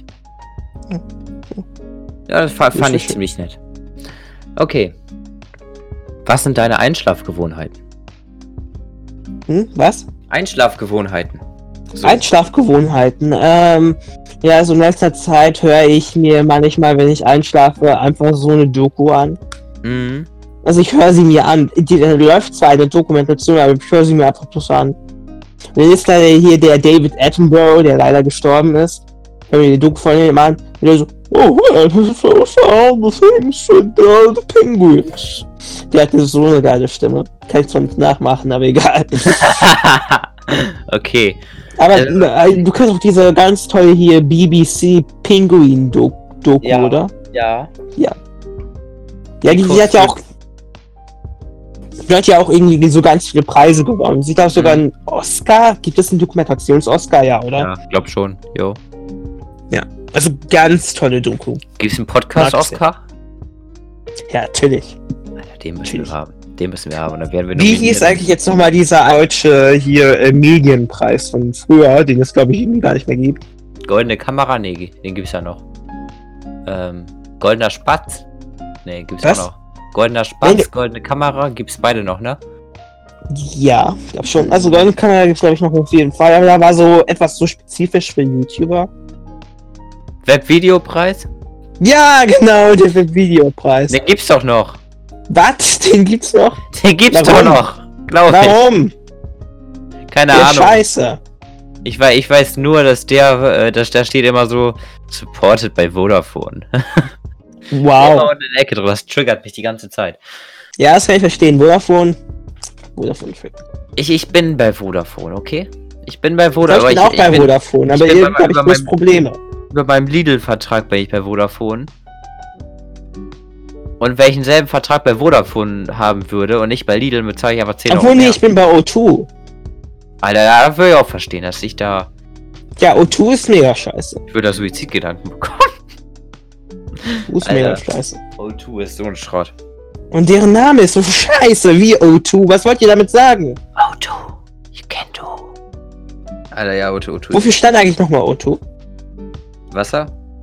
A: Ja, das fand ich ziemlich nett. Okay. Was sind deine Einschlafgewohnheiten?
B: Was?
A: Einschlafgewohnheiten. So.
B: Einschlafgewohnheiten. Ja, so in letzter Zeit höre ich mir manchmal, wenn ich einschlafe, einfach so eine Doku an.
A: Mhm.
B: Also ich höre sie mir an. Die läuft zwar eine Dokumentation, aber ich höre sie mir einfach bloß an. Und dann ist da hier der David Attenborough, der leider gestorben ist. Ich höre mir die Doku von ihm an. Und der so, oh, the things the penguins. Der hatte so eine geile Stimme. Kann ich zwar nicht nachmachen, aber egal.
A: Okay.
B: Aber du kennst auch diese ganz tolle hier BBC Penguin Doku,
A: Ja.
B: oder?
A: Ja.
B: Ja, die hat ja auch. Die hat ja auch irgendwie so ganz viele Preise gewonnen. Sie hat auch sogar einen Oscar. Gibt es einen Dokumentations-Oscar, ja, oder?
A: Ja, glaub schon. Jo.
B: Ja. Also ganz tolle Doku.
A: Gibt es einen Podcast-Oscar?
B: Ja, natürlich.
A: Alter, den müssen wir haben. Den müssen wir haben. Und dann werden wir
B: Wie hieß eigentlich jetzt nochmal dieser deutsche hier Medienpreis von früher, den es glaube ich irgendwie gar nicht mehr gibt?
A: Goldene Kamera? Nee, den gibt's ja noch. Goldener Spatz? Nee, gibt's
B: Was?
A: auch noch. Goldener Spatz,
B: Nee.
A: Goldene Kamera, gibt's beide noch, ne?
B: Ja, ich glaube schon. Also Goldene Kamera gibt es glaube ich noch auf jeden Fall, aber da war so etwas so spezifisch für YouTuber.
A: Webvideopreis?
B: Ja, genau, der Videopreis.
A: Den gibt's doch noch.
B: Was? Den gibt's noch?
A: Den gibt's
B: Warum?
A: doch noch. Glaub ich.
B: Warum?
A: Keine
B: Der
A: Ahnung.
B: Scheiße.
A: Ich weiß nur, dass da steht immer so supported bei Vodafone.
B: Wow.
A: Immer in der Ecke drin. Das triggert mich die ganze Zeit.
B: Ja, das kann ich verstehen. Vodafone.
A: Ich bin bei Vodafone, okay? Ich bin bei
B: Ich
A: Vodafone.
B: bin auch bei Vodafone, aber
A: bin
B: irgendwie habe ich bloß Probleme.
A: Über meinem Lidl-Vertrag bin ich bei Vodafone. Und wenn ich denselben Vertrag bei Vodafone haben würde und nicht bei Lidl, bezahle ich einfach 10 Euro
B: Obwohl, nee,
A: mehr.
B: ich bin bei O2.
A: Alter, da würde ich auch verstehen, dass ich da...
B: Ja, O2 ist mega scheiße.
A: Ich würde da Suizidgedanken bekommen.
B: O2 ist mega scheiße.
A: O2 ist so ein Schrott.
B: Und deren Name ist so scheiße wie O2. Was wollt ihr damit sagen?
A: O2, you can do. Alter, ja, O2.
B: Wofür stand eigentlich nochmal O2?
A: Wasser?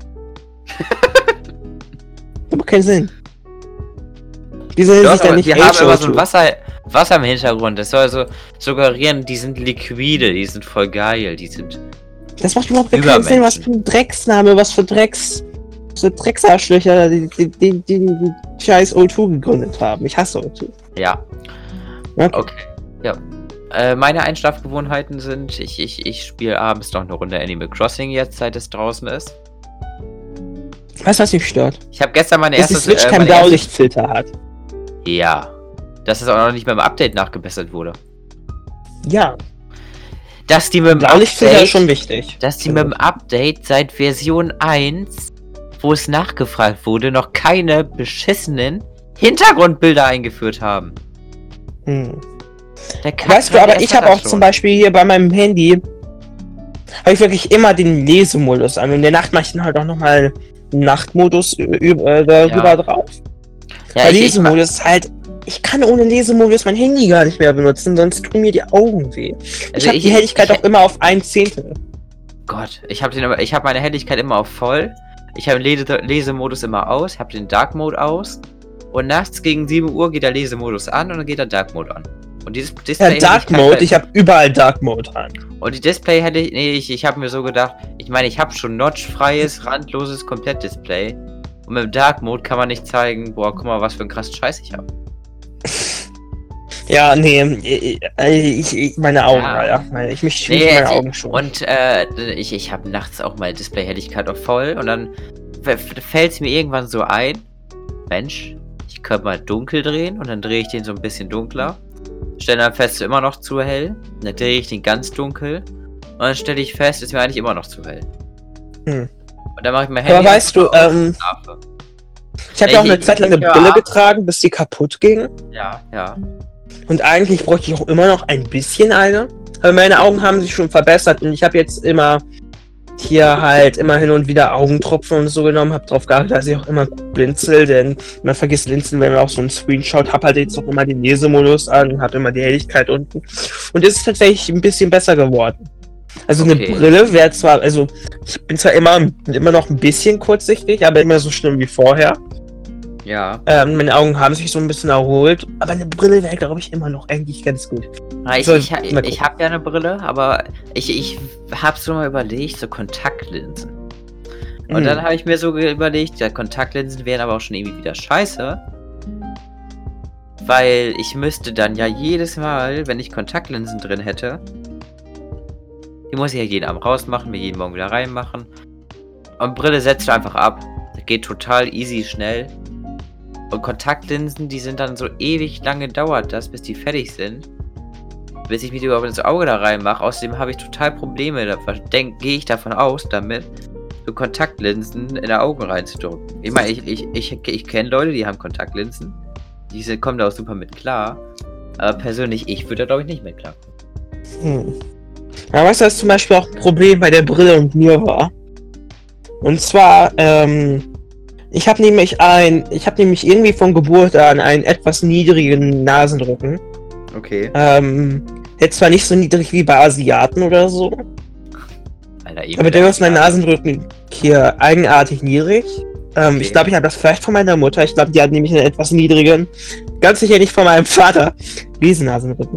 B: Aber keinen Sinn. Wieso nennt
A: Doch,
B: sich da
A: aber
B: nicht
A: die haben immer so ein
B: H2O?
A: Wasser im Hintergrund. Das soll so suggerieren, die sind liquide, die sind voll geil, die sind...
B: Das macht überhaupt keinen Sinn. Was für ein Drecksname, was für Drecksarschlöcher, die scheiß O2 gegründet haben. Ich hasse O2.
A: Ja. Okay. Ja. Meine Einschlafgewohnheiten sind, ich spiele abends noch eine Runde Animal Crossing jetzt, seit es draußen ist.
B: Weißt du, was mich stört?
A: Ich habe gestern meine
B: Dass
A: erste...
B: die Switch keinen Blaulichtfilter hat.
A: Ja. Dass es auch noch nicht mit dem Update nachgebessert wurde.
B: Ja,
A: Dass die mit dem
B: Blaulichtfilter
A: Update...
B: ist schon wichtig.
A: Dass die mit dem Update seit Version 1, wo es nachgefragt wurde, noch keine beschissenen Hintergrundbilder eingeführt haben.
B: Weißt du, aber ich habe auch zum Beispiel hier bei meinem Handy habe ich wirklich immer den Lesemodus an und in der Nacht mache ich dann halt auch nochmal Nachtmodus darüber drauf.
A: Ja,
B: Weil Lesemodus ist halt, ich kann ohne Lesemodus mein Handy gar nicht mehr benutzen, sonst tun mir die Augen weh. Ich habe die Helligkeit auch immer auf 1/10.
A: Gott, ich habe meine Helligkeit immer auf voll. Ich habe den Lesemodus immer aus, habe den Dark Mode aus. Und nachts gegen 7 Uhr geht der Lesemodus an und dann geht der Dark Mode an. Und dieses Display...
B: Ja, Dark Mode, ich habe überall Dark Mode an.
A: Und die Display hätte ich... Nee, ich habe mir so gedacht, ich meine, ich habe schon notchfreies, randloses Komplett-Display. Und mit dem Dark Mode kann man nicht zeigen, boah, guck mal, was für einen krassen Scheiß ich habe.
B: Ja, nee, meine Augen, ja. Ich mich meine Augen schon.
A: Und ich habe nachts auch meine Display-Helligkeit auf voll und dann fällt es mir irgendwann so ein, Mensch, ich könnte mal dunkel drehen und dann drehe ich den so ein bisschen dunkler. stelle dann fest, es ist immer noch zu hell. Dann drehe ich den ganz dunkel. Und dann stelle ich fest, es ist mir eigentlich immer noch zu hell. Und dann mache ich mein Handy.
B: Aber weißt du, ich habe ja auch eine Zeit lang eine Brille getragen, bis die kaputt ging.
A: Ja.
B: Und eigentlich bräuchte ich auch immer noch ein bisschen eine. Aber meine Augen haben sich schon verbessert und ich habe jetzt immer hier halt immer hin und wieder Augentropfen und so genommen, habe darauf geachtet, dass ich auch immer gut blinzel, denn man vergisst blinzeln, wenn man auch so einen Screenshot, habe halt jetzt auch immer den Lesemodus an, habe immer die Helligkeit unten und es ist tatsächlich ein bisschen besser geworden. Also eine Brille wäre zwar, also ich bin zwar immer noch ein bisschen kurzsichtig, aber immer so schlimm wie vorher.
A: Ja.
B: Meine Augen haben sich so ein bisschen erholt, aber eine Brille wäre, glaube ich, immer noch eigentlich ganz gut.
A: Ich habe ja eine Brille, aber ich habe so mal überlegt, so Kontaktlinsen. Und dann habe ich mir so überlegt, ja, Kontaktlinsen wären aber auch schon irgendwie wieder scheiße. Weil ich müsste dann ja jedes Mal, wenn ich Kontaktlinsen drin hätte, die muss ich ja jeden Abend rausmachen, mir jeden Morgen wieder reinmachen. Und Brille setzt du einfach ab. Das geht total easy, schnell. Und Kontaktlinsen, die sind dann so ewig lange, dauert das, bis die fertig sind. Bis ich mir die überhaupt ins Auge da reinmache. Außerdem habe ich total Probleme, da gehe ich davon aus, damit so Kontaktlinsen in die Augen reinzudrücken. Ich meine, ich kenne Leute, die haben Kontaktlinsen. Die kommen da auch super mit klar. Aber persönlich, ich würde da glaube ich nicht mit klar.
B: Ja, weißt du, was zum Beispiel auch ein Problem bei der Brille und mir war? Und zwar, ich habe nämlich irgendwie von Geburt an einen etwas niedrigen Nasendrücken.
A: Okay.
B: Jetzt zwar nicht so niedrig wie bei Asiaten oder so.
A: Alter,
B: aber der ist mein Nasendrücken hier eigenartig niedrig. Okay. Ich glaube, ich habe das vielleicht von meiner Mutter. Ich glaube, die hat nämlich einen etwas niedrigen. Ganz sicher nicht von meinem Vater. Riesen Nasenrücken.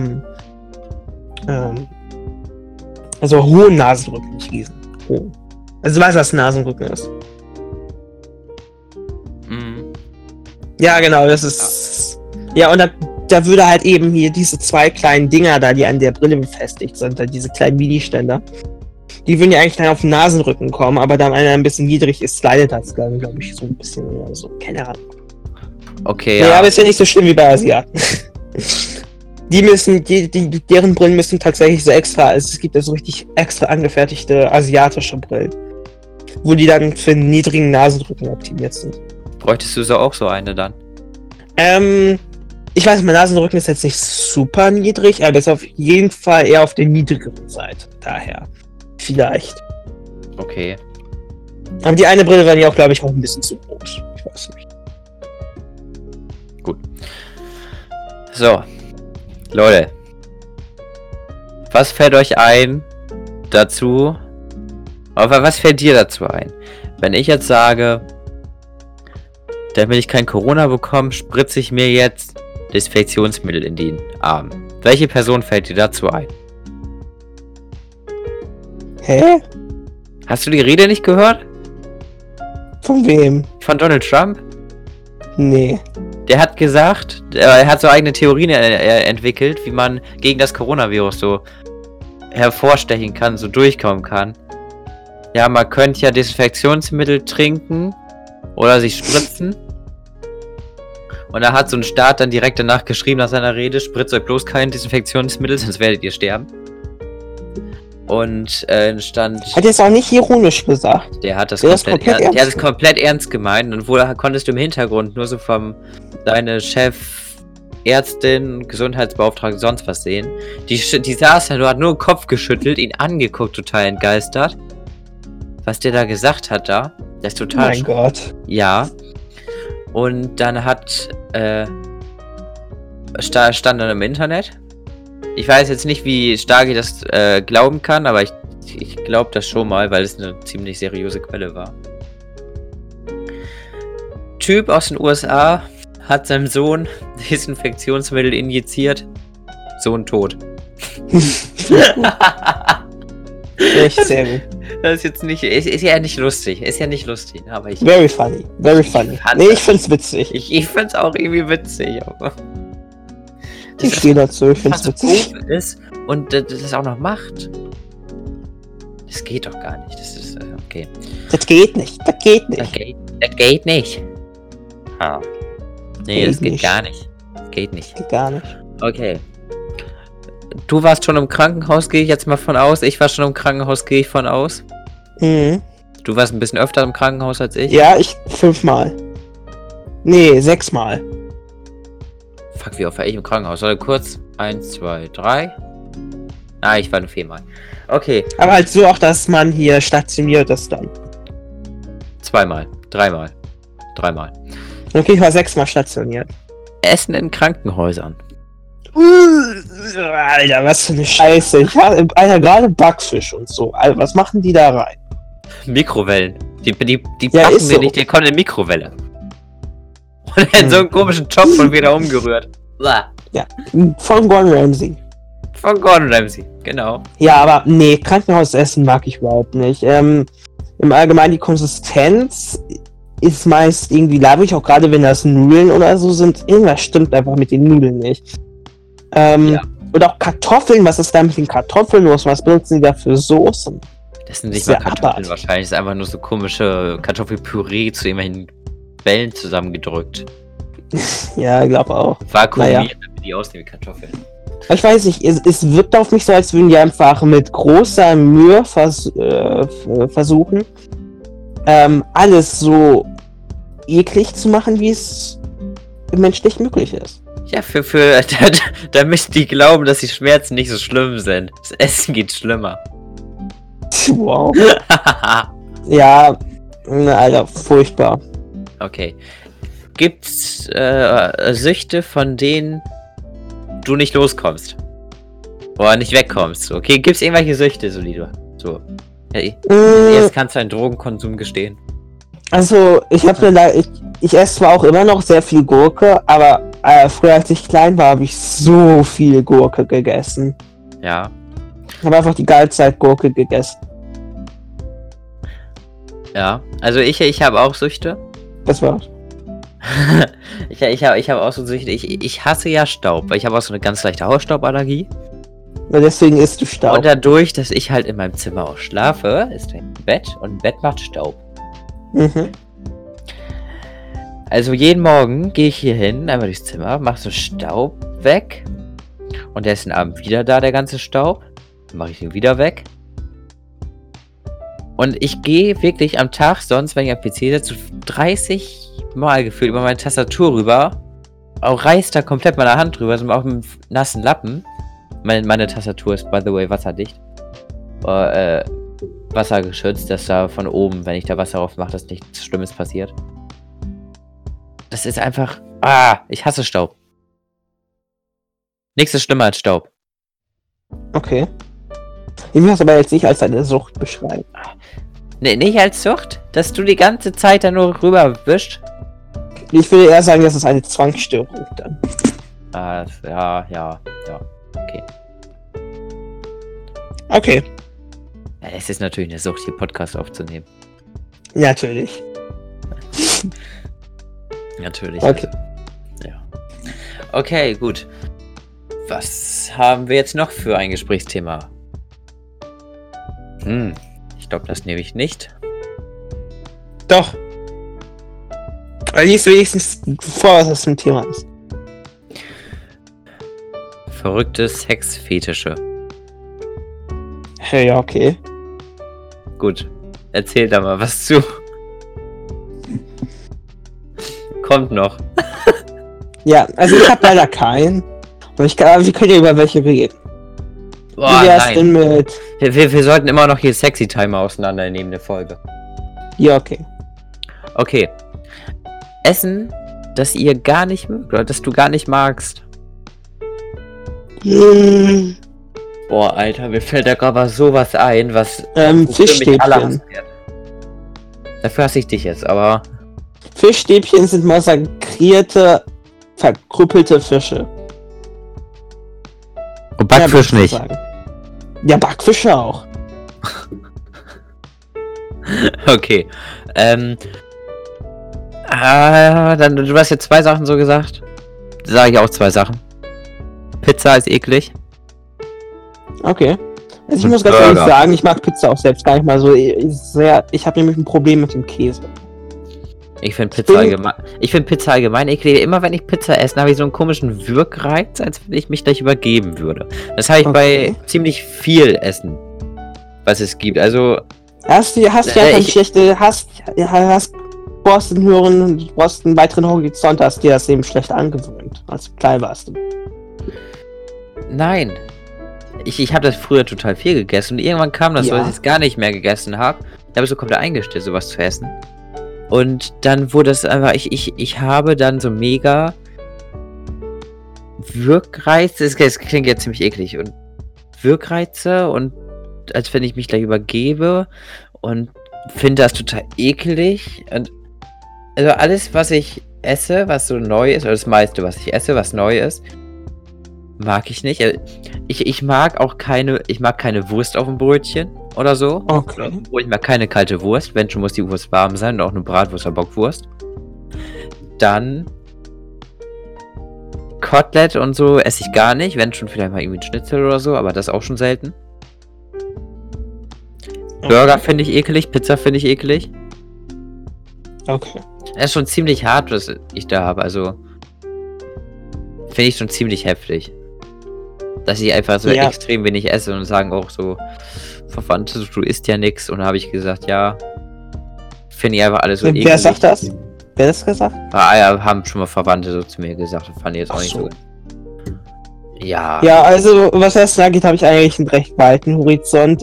B: Also hohen Nasenrücken, nicht riesen. Hohen. Also du weißt, was ein Nasenrücken ist. Ja, genau, das ist. Ja, und da würde halt eben hier diese zwei kleinen Dinger da, die an der Brille befestigt sind, diese kleinen Mini-Ständer, die würden ja eigentlich dann auf den Nasenrücken kommen, aber da einer ein bisschen niedrig ist, slidet das dann, glaube ich, so ein bisschen oder so. Keine Ahnung.
A: Okay,
B: ja. Aber ist ja nicht so schlimm wie bei Asiaten. Deren Brillen müssen tatsächlich so extra, also es gibt ja so richtig extra angefertigte asiatische Brillen, wo die dann für einen niedrigen Nasenrücken optimiert sind.
A: Bräuchtest du so auch so eine dann?
B: Ich weiß, mein Nasenrücken ist jetzt nicht super niedrig, aber ist auf jeden Fall eher auf der niedrigeren Seite. Daher. Vielleicht.
A: Okay.
B: Aber die eine Brille war ja auch, glaube ich, auch ein bisschen zu groß. Ich weiß nicht.
A: Gut. So. Leute. Was fällt euch ein dazu? Aber was fällt dir dazu ein? Wenn ich jetzt sage, damit ich kein Corona bekomme, spritze ich mir jetzt Desinfektionsmittel in den Arm. Welche Person fällt dir dazu ein?
B: Hä?
A: Hast du die Rede nicht gehört?
B: Von wem?
A: Von Donald Trump?
B: Nee.
A: Der hat gesagt, er hat so eigene Theorien entwickelt, wie man gegen das Coronavirus so hervorstechen kann, so durchkommen kann. Ja, man könnte ja Desinfektionsmittel trinken oder sich spritzen. Und da hat so ein Staat dann direkt danach geschrieben nach seiner Rede, spritzt euch bloß kein Desinfektionsmittel, sonst werdet ihr sterben. Und stand...
B: Hat er es auch nicht ironisch gesagt?
A: Der hat das komplett ernst gemeint. Und wohl konntest du im Hintergrund nur so vom seine Chefärztin, Gesundheitsbeauftragte, sonst was sehen. Die saß da, hat nur den Kopf geschüttelt, ihn angeguckt, total entgeistert. Was der da gesagt hat da, das ist total...
B: Mein Gott.
A: Ja. Und dann stand dann im Internet. Ich weiß jetzt nicht, wie stark ich das glauben kann, aber ich glaube das schon mal, weil es eine ziemlich seriöse Quelle war. Typ aus den USA hat seinem Sohn Desinfektionsmittel injiziert. Sohn tot.
B: Echt sehr gut.
A: Das ist jetzt nicht, ist ja nicht lustig, aber ich...
B: Very funny. Ich find's witzig.
A: Ich find's auch irgendwie witzig, aber...
B: Ich stehe dazu, ich find's witzig.
A: Ist und das auch noch macht. Das geht doch gar nicht, das ist, okay.
B: Das geht nicht.
A: Das geht nicht. Ah. Nee, das geht gar nicht. Das geht nicht.
B: Geht gar nicht.
A: Okay. Du warst schon im Krankenhaus, gehe ich jetzt mal von aus. Ich war schon im Krankenhaus, gehe ich von aus.
B: Mhm.
A: Du warst ein bisschen öfter im Krankenhaus als ich.
B: Ja, ich 5-mal. Nee, 6-mal.
A: Fuck, wie oft war ich im Krankenhaus? Warte kurz. 1, 2, 3. Ah, ich war nur 4-mal. Okay.
B: Aber halt so auch, dass man hier stationiert ist dann.
A: 2-mal. 3-mal. 3-mal.
B: Okay, ich war 6-mal stationiert.
A: Essen in Krankenhäusern.
B: Alter, was für eine Scheiße. Alter, gerade Backfisch und so. Alter, was machen die da rein?
A: Mikrowellen. Die
B: Ja,
A: backen
B: ist
A: wir
B: so.
A: nicht, die kommen in die Mikrowelle. Und in so einen komischen Topf und wieder umgerührt. Blah.
B: Von Gordon Ramsay.
A: Von Gordon Ramsay, genau.
B: Ja, aber nee, Krankenhausessen mag ich überhaupt nicht. Im Allgemeinen die Konsistenz ist meist irgendwie labrig, auch gerade wenn das Nudeln oder so sind. Irgendwas stimmt einfach mit den Nudeln nicht.
A: Ja.
B: Und auch Kartoffeln, was ist da mit den Kartoffeln los? Was benutzen die da für Soßen?
A: Das sind nicht
B: Sehr
A: mal Kartoffeln
B: abart.
A: wahrscheinlich. Das ist einfach nur so komische Kartoffelpüree zu irgendwelchen Bällen zusammengedrückt.
B: Ja, glaube auch.
A: Vakuumiert, damit die aussehen wie Kartoffeln.
B: Ich weiß nicht, es wirkt auf mich so, als würden die einfach mit großer Mühe versuchen, alles so eklig zu machen, wie es menschlich möglich ist.
A: Ja, damit die glauben, dass die Schmerzen nicht so schlimm sind. Das Essen geht schlimmer.
B: Wow. Ja, Alter, furchtbar.
A: Okay. Gibt's Süchte, von denen du nicht loskommst? Oder nicht wegkommst? Okay, gibt's irgendwelche Süchte, Solido? So. Hey, jetzt kannst du deinen Drogenkonsum gestehen.
B: Also, ich esse zwar auch immer noch sehr viel Gurke, aber früher als ich klein war, habe ich so viel Gurke gegessen.
A: Ja.
B: Ich habe einfach die ganze Zeit Gurke gegessen.
A: Ja. Also ich habe auch Süchte.
B: Das war's.
A: ich habe auch so Süchte. Ich hasse ja Staub, weil ich habe auch so eine ganz leichte Hausstauballergie.
B: Weil deswegen isst du Staub.
A: Und dadurch, dass ich halt in meinem Zimmer auch schlafe, ist ein Bett und ein Bett macht Staub.
B: Mhm.
A: Also jeden Morgen gehe ich hier hin, einmal durchs Zimmer, mache so Staub weg. Und der ist den Abend wieder da, der ganze Staub. Dann mache ich ihn wieder weg. Und ich gehe wirklich am Tag, sonst, wenn ich am PC sitze, 30 Mal gefühlt über meine Tastatur rüber. Auch reißt da komplett meine Hand drüber, also auch mit einem nassen Lappen. Meine Tastatur ist, by the way, wasserdicht. Wassergeschützt, dass da von oben, wenn ich da Wasser drauf mache, dass nichts Schlimmes passiert. Das ist einfach... ich hasse Staub. Nichts ist schlimmer als Staub.
B: Okay. Ich will das aber jetzt nicht als eine Sucht beschreiben.
A: Nee, nicht als Sucht, dass du die ganze Zeit da nur rüber wischst.
B: Ich würde eher sagen, das ist eine Zwangsstörung dann.
A: Ja. Okay.
B: Okay.
A: Ja, es ist natürlich eine Sucht, hier Podcast aufzunehmen.
B: Natürlich.
A: Natürlich.
B: Okay.
A: Ja. Okay, gut. Was haben wir jetzt noch für ein Gesprächsthema? Ich glaube, das nehme ich nicht.
B: Doch. Lies wenigstens vor, was das für ein Thema ist.
A: Verrückte Sexfetische.
B: Ja, okay.
A: Gut. Erzähl da mal was zu. Kommt noch.
B: Ja, also ich habe leider keinen. Aber wir können ja über welche reden.
A: Boah,
B: Wie wär's
A: nein.
B: denn mit...
A: Wir sollten immer noch hier Sexy Timer auseinandernehmen, der Folge.
B: Ja, okay.
A: Okay. Essen, das ihr gar nicht mögt, oder das du gar nicht magst. Boah, Alter, mir fällt da gerade sowas ein, was... wofür mich alle
B: Fischstäbchen.
A: hassen werden. Dafür hasse ich dich jetzt, aber...
B: Fischstäbchen sind massakrierte, verkrüppelte Fische.
A: Und Backfisch
B: Ja,
A: nicht.
B: sagen. Ja, Backfische auch.
A: Okay. Dann, du hast jetzt 2 Sachen so gesagt. Sage ich auch 2 Sachen. Pizza ist eklig.
B: Okay. Also ich
A: Und
B: muss ganz
A: Burger.
B: ehrlich sagen, ich mag Pizza auch selbst gar nicht mal so sehr. Ich habe nämlich ein Problem mit dem Käse.
A: Ich finde Pizza allgemein eklig. Immer wenn ich Pizza esse, habe ich so einen komischen Wirkreiz, als wenn ich mich gleich übergeben würde. Das habe ich bei ziemlich viel Essen, was es gibt. Also
B: Hast du einfach brauchst einen weiteren Horizont, hast dir das eben schlecht angewöhnt, als du klein warst.
A: Nein. Ich habe das früher total viel gegessen und irgendwann kam das so, dass ich es gar nicht mehr gegessen habe. Ich habe so komplett eingestellt, sowas zu essen. Und dann wurde es einfach, ich habe dann so mega Wirkreize, das klingt jetzt ziemlich eklig, und Wirkreize und als wenn ich mich gleich übergebe und finde das total eklig. Und also alles, was ich esse, was so neu ist, oder das meiste, was ich esse, was neu ist, mag ich nicht. Ich mag auch keine Wurst auf dem Brötchen oder so.
B: Okay.
A: Ich mag keine kalte Wurst. Wenn schon, muss die Wurst warm sein und auch eine Bratwurst oder Bockwurst. Dann Kotelett und so esse ich gar nicht. Wenn schon, vielleicht mal irgendwie ein Schnitzel oder so, aber das auch schon selten. Burger finde ich eklig, Pizza finde ich eklig.
B: Okay.
A: Das ist schon ziemlich hart, was ich da habe. Also finde ich schon ziemlich heftig. Dass ich einfach so extrem wenig esse und sagen auch so Verwandte, du isst ja nix. Und da habe ich gesagt, ja, finde ich einfach alles so eklig.
B: Wer sagt das? Wer hat das gesagt?
A: Ja, haben schon mal Verwandte so zu mir gesagt. Das fand ich jetzt auch nicht so. Ja.
B: Ja, also was das angeht, habe ich eigentlich einen recht weiten Horizont.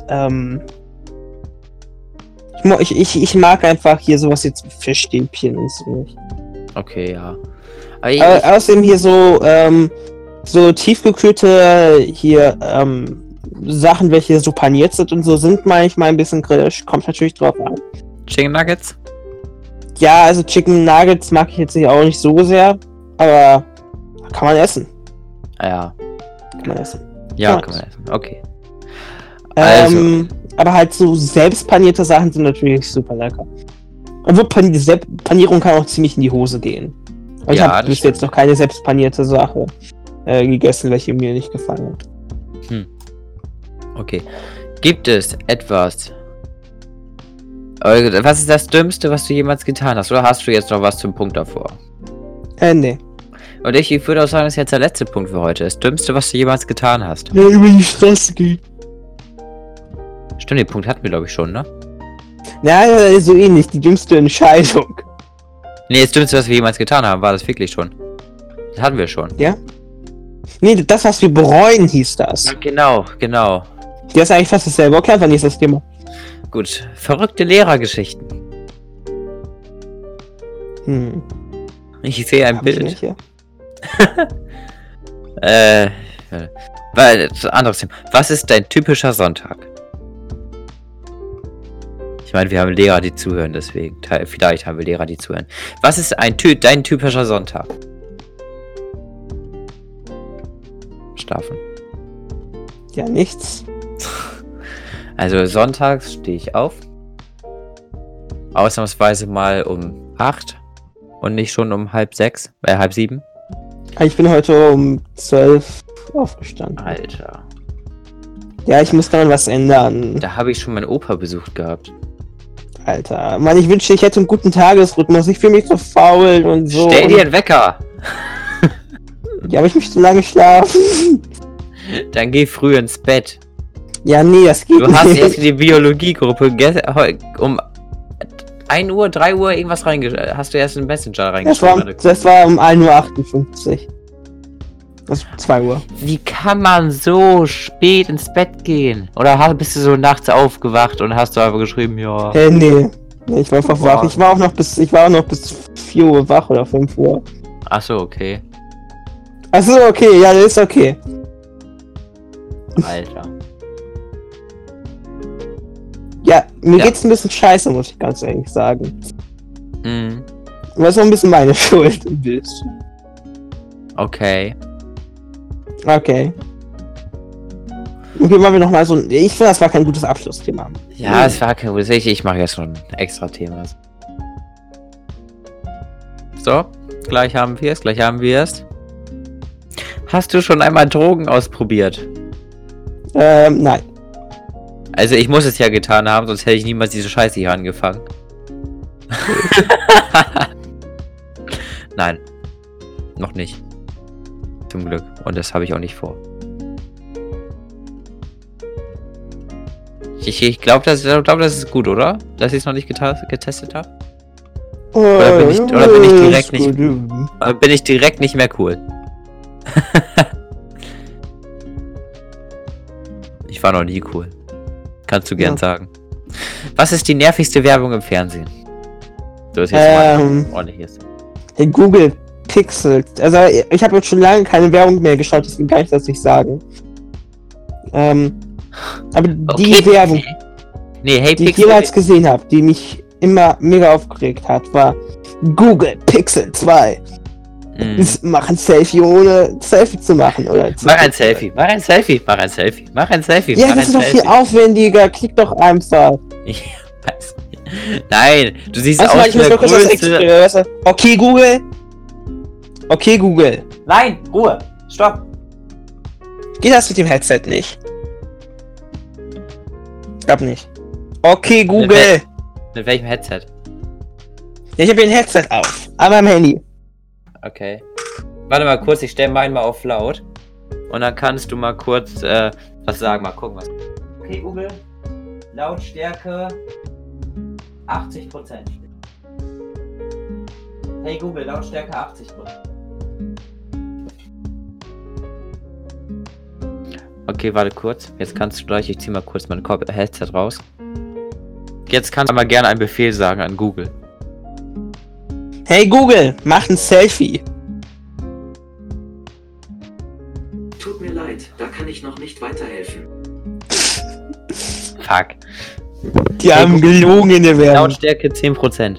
B: Ich mag einfach hier sowas jetzt wie Fischstäbchen und so nicht.
A: Okay, ja.
B: Aber außerdem hier so tiefgekühlte hier Sachen, welche so paniert sind und so, sind manchmal ein bisschen kritisch. Kommt natürlich drauf an.
A: Chicken Nuggets?
B: Ja, also Chicken Nuggets mag ich jetzt auch nicht so sehr, aber kann man essen.
A: Ja.
B: Kann man essen.
A: Ja, kann man essen. Okay. Also.
B: Aber halt so selbst panierte Sachen sind natürlich super lecker. Obwohl Panierung kann auch ziemlich in die Hose gehen. Aber ich habe bis jetzt noch keine selbstpanierte Sache gegessen, welche mir nicht gefallen hat.
A: Okay. Gibt es etwas... Was ist das Dümmste, was du jemals getan hast? Oder hast du jetzt noch was zum Punkt davor?
B: Nee.
A: Und ich würde auch sagen, das ist jetzt der letzte Punkt für heute. Das Dümmste, was du jemals getan hast.
B: Ja, über die Straße gehen.
A: Stimmt, den Punkt hatten wir, glaube ich, schon, ne?
B: Ja, so ähnlich. Die dümmste Entscheidung.
A: Nee, das Dümmste, was wir jemals getan haben, war das wirklich schon. Das hatten wir schon.
B: Ja? Nee, das, was wir bereuen, hieß das.
A: Ja, genau.
B: Der ist eigentlich fast dasselbe. Okay, einfach nächstes Thema.
A: Gut. Verrückte Lehrergeschichten. Ich sehe ein Bild.
B: Nicht, ja?
A: Anderes Thema. Was ist dein typischer Sonntag? Ich meine, wir haben Lehrer, die zuhören, deswegen. Vielleicht haben wir Lehrer, die zuhören. Was ist dein typischer Sonntag? Schlafen.
B: Ja, nichts.
A: Also sonntags stehe ich auf. Ausnahmsweise mal um 8 und nicht schon um halb 7.
B: Ich bin heute um 12 aufgestanden.
A: Alter.
B: Ja, ich muss daran was ändern.
A: Da habe ich schon meinen Opa besucht gehabt.
B: Alter, Mann, ich wünschte, ich hätte einen guten Tagesrhythmus. Ich fühle mich so faul und so.
A: Stell dir einen Wecker!
B: Ja, aber ich möchte so lange schlafen.
A: Dann geh früh ins Bett.
B: Ja, nee, das geht nicht.
A: Du hast erst in die Biologiegruppe um 1 Uhr, 3 Uhr irgendwas hast du erst in den Messenger reingeschrieben.
B: Das war um 1:58 Uhr. Also 2 Uhr.
A: Wie kann man so spät ins Bett gehen? Oder bist du so nachts aufgewacht und hast du einfach geschrieben, ja.
B: Nee, ich war einfach wach. Ich war auch noch bis 4 Uhr wach oder 5 Uhr.
A: Achso, okay.
B: Achso, okay, ja, das ist okay.
A: Alter.
B: Ja, mir geht's ein bisschen scheiße, muss ich ganz ehrlich sagen.
A: Mhm.
B: Aber ist auch ein bisschen meine Schuld, ein bisschen.
A: Okay.
B: Okay, machen wir nochmal so ein... Ich finde, das war kein gutes Abschlussthema.
A: Ja, es war kein gutes... Ich mache jetzt schon ein extra Thema. So, gleich haben wir es. Hast du schon einmal Drogen ausprobiert?
B: Nein.
A: Also ich muss es ja getan haben, sonst hätte ich niemals diese Scheiße hier angefangen. Nein. Noch nicht. Zum Glück. Und das habe ich auch nicht vor. Ich glaube, das ist gut, oder? Dass ich es noch nicht getestet habe? Oder bin ich direkt nicht mehr cool? Ich war noch nie cool. Kannst du gern sagen. Was ist die nervigste Werbung im Fernsehen? Du hast jetzt mal ordentliches.
B: Google Pixel. Also ich habe jetzt schon lange keine Werbung mehr geschaut, deswegen kann ich das nicht sagen. Aber die Werbung, die ich jemals gesehen habe, die mich immer mega aufgeregt hat, war Google Pixel 2. Mach ein Selfie, ohne Selfie zu machen. Oder
A: mach ein Selfie. Ja, das
B: ist doch viel aufwendiger. Klick doch einfach.
A: Nein, du siehst aus wie der größte...
B: Okay, Google.
A: Nein, Ruhe. Stopp.
B: Geht das mit dem Headset nicht? Ich glaub nicht. Okay, Google.
A: Mit welchem Headset?
B: Ja, ich habe hier ein Headset auf. An meinem Handy.
A: Okay. Warte mal kurz, ich stelle meinen mal auf laut. Und dann kannst du mal kurz was sagen. Mal gucken, was... Okay, Google. Lautstärke 80%. Hey Google, Lautstärke 80%. Okay, warte kurz. Jetzt kannst du gleich, ich zieh mal kurz mein Headset raus. Jetzt kannst du mal gerne einen Befehl sagen an Google.
B: Hey Google, mach ein Selfie.
C: Tut mir leid, da kann ich noch nicht weiterhelfen.
A: Fuck.
B: Die haben gelogen in der Werbung.
A: Lautstärke 10%.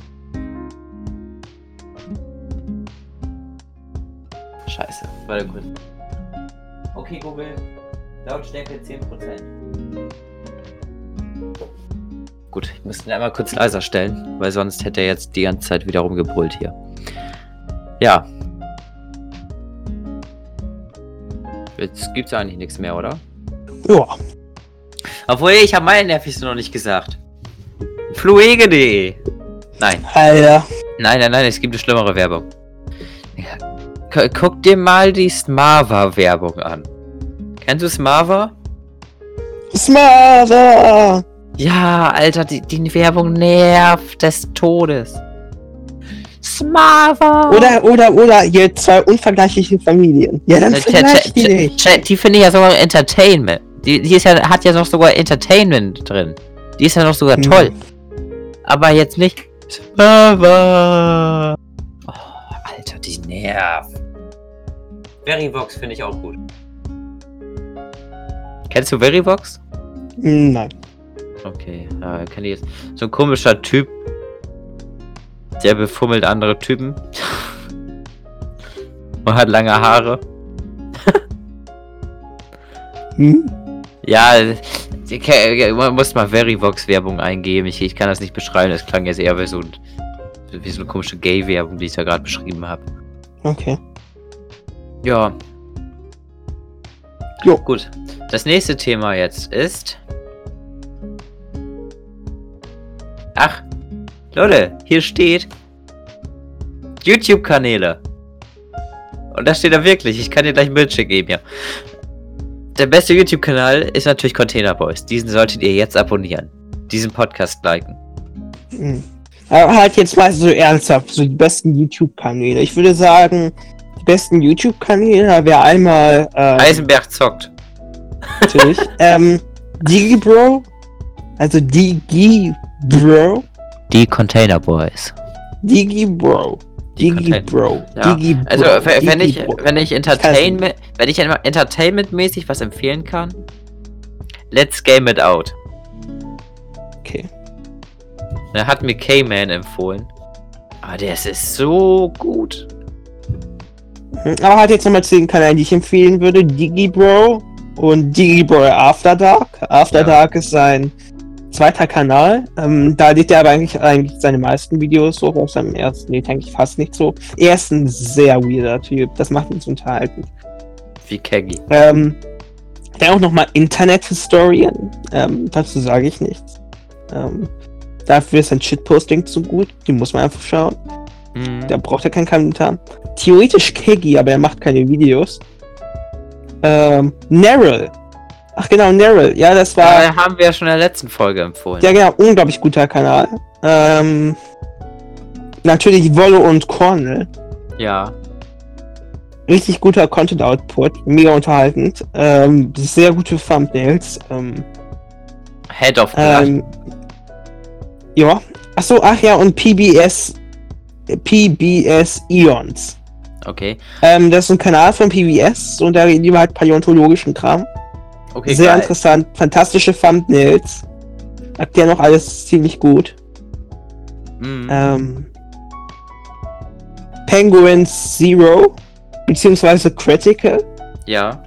A: Scheiße, warte kurz. Okay, Google, Lautstärke 10%. Gut, ich muss ihn einmal kurz leiser stellen, weil sonst hätte er jetzt die ganze Zeit wieder rumgebrüllt hier. Ja. Jetzt gibt's eigentlich nichts mehr, oder?
B: Ja.
A: Obwohl, ich habe meine nervigste noch nicht gesagt. Fluege.de. Nein.
B: Alter.
A: Nein, es gibt eine schlimmere Werbung. Guck dir mal die Smava-Werbung an. Kennst du Smava?
B: Smava!
A: Ja, Alter, die Werbung nervt des Todes. Smava!
B: Oder hier 2 unvergleichliche Familien. Ja, dann vergleich die nicht.
A: Die finde ich ja sogar Entertainment. Die ist ja, hat ja noch sogar Entertainment drin. Die ist ja noch sogar toll. Aber jetzt nicht Smava! Oh, Alter, die nervt. Verivox finde ich auch gut. Kennst du Verivox?
B: Nein.
A: Okay, ja, kenne ich jetzt. So ein komischer Typ. Der befummelt andere Typen. Und hat lange Haare. Ja, man muss mal Verivox-Werbung eingeben. Ich kann das nicht beschreiben. Das klang jetzt eher wie so eine komische Gay-Werbung, die ich da gerade beschrieben habe.
B: Okay.
A: Ja.
B: Jo.
A: Gut. Das nächste Thema jetzt ist... Ach, Leute, hier steht YouTube-Kanäle. Und da steht da wirklich, ich kann dir gleich ein Bildschirm geben, ja. Der beste YouTube-Kanal ist natürlich Container Boys. Diesen solltet ihr jetzt abonnieren. Diesen Podcast liken.
B: Aber halt jetzt mal so ernsthaft, so die besten YouTube-Kanäle. Ich würde sagen, die besten YouTube-Kanäle wäre einmal...
A: Eisenberg zockt.
B: Natürlich. Digibro. Also Digibro.
A: Die Container Boys.
B: Digibro. Digibro.
A: Ja. Also wenn ich Entertainment-mäßig was empfehlen kann, Let's Game It Out.
B: Okay.
A: Da hat mir K-Man empfohlen. Aber der ist so gut.
B: Aber halt jetzt nochmal zu den Kanälen, die ich empfehlen würde. Digibro und Digibro After Dark. After Dark ist sein zweiter Kanal. Da lädt er aber eigentlich seine meisten Videos so auf seinem ersten, lädt eigentlich fast nicht so. Er ist ein sehr weirder Typ. Das macht ihn zu unterhalten.
A: Wie Keggy.
B: Dann auch nochmal Internet Historian. Dazu sage ich nichts. Dafür ist ein Shitposting zu gut. Die muss man einfach schauen. Der braucht ja keinen Kommentar. Theoretisch Keggy, aber er macht keine Videos. Neril. Ach genau, Neril. Ja, das war...
A: Ja, haben wir ja schon in der letzten Folge empfohlen.
B: Ja, genau, unglaublich guter Kanal. Natürlich Wollo und Cornel.
A: Ja.
B: Richtig guter Content-Output, mega unterhaltend. Sehr gute Thumbnails.
A: Head of Blood.
B: Ja. Achso, ach ja, und PBS Eons.
A: Okay.
B: Das ist ein Kanal von PBS und da reden die über halt paläontologischen Kram.
A: Okay,
B: Sehr
A: geil.
B: interessant, fantastische Thumbnails. Erklären auch alles ziemlich gut. Penguins Zero, beziehungsweise Critical.
A: Ja.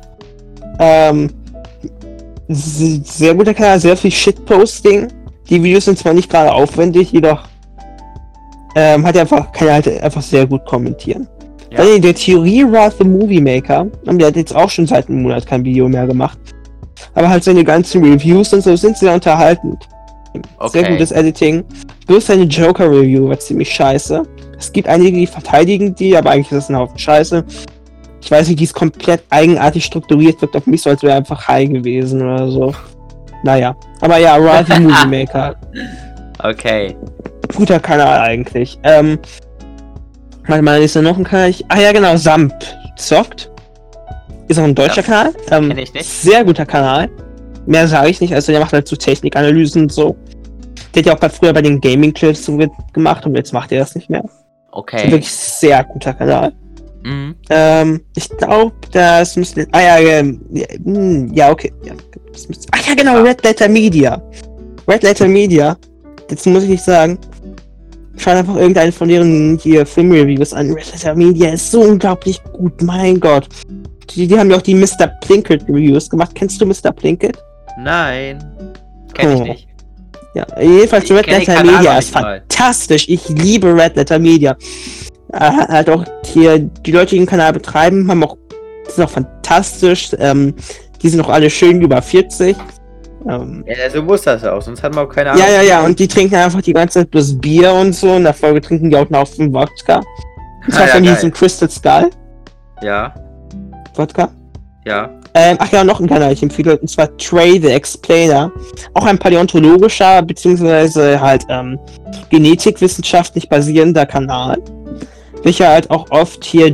B: Sehr guter Kanal, sehr viel Shitposting. Die Videos sind zwar nicht gerade aufwendig, jedoch kann halt einfach sehr gut kommentieren.
A: Ja.
B: Dann in der Theorie war The Movie Maker, der hat jetzt auch schon seit einem Monat kein Video mehr gemacht. Aber halt seine ganzen Reviews und so sind sehr unterhaltend.
A: Okay.
B: Sehr gutes Editing. Bloß seine Joker-Review war ziemlich scheiße. Es gibt einige, die verteidigen die, aber eigentlich ist es ein Haufen Scheiße. Ich weiß nicht, die ist komplett eigenartig strukturiert, wirkt auf mich so, als wäre einfach high gewesen oder so. Naja. Aber ja, Raw The Movie Maker.
A: Okay.
B: Guter Kanal eigentlich. Warte mal, ist da noch ein Kanal? Ah ja, genau, Samp zockt. Ist auch ein deutscher Kanal.
A: Kenn ich nicht.
B: Sehr guter Kanal. Mehr sage ich nicht, also der macht halt so Technikanalysen und so. Der hat ja auch früher bei den Gaming-Clips so gemacht und jetzt macht er das nicht mehr.
A: Okay.
B: Ist wirklich sehr guter Kanal.
A: Mhm.
B: Ich glaube, das müsste... ja, okay. Ja, das müsste... Ach ja, genau, Red Letter Media. Red Letter Media. Jetzt muss ich nicht sagen. Schau einfach irgendeinen von deren hier Filmreviews an. Red Letter Media ist so unglaublich gut, mein Gott. Die haben ja auch die Mr. Plinkett Reviews gemacht. Kennst du Mr. Plinkett?
A: Nein. Kenn ich
B: Oh.
A: nicht.
B: Ja, jedenfalls
A: Ich
B: Red
A: kenn die
B: Letter
A: Kanal
B: Media
A: noch
B: ist
A: nicht mal.
B: fantastisch. Ich liebe Red Letter Media. Halt auch hier die Leute, die den Kanal betreiben, sind auch fantastisch. Die sind auch alle schön über 40.
A: Ja, so muss das auch, sonst hat man auch keine Ahnung.
B: Ja, und die trinken einfach die ganze Zeit bloß Bier und so. In der Folge trinken die auch noch einen Wodka. Und zwar
A: ja,
B: von
A: geil.
B: diesem Crystal Skull
A: Ja,
B: Wodka.
A: ja.
B: Ach ja, noch ein Kanal, ich empfehle, und zwar Trey the Explainer. Auch ein paläontologischer, beziehungsweise halt genetikwissenschaftlich basierender Kanal. Welcher halt auch oft hier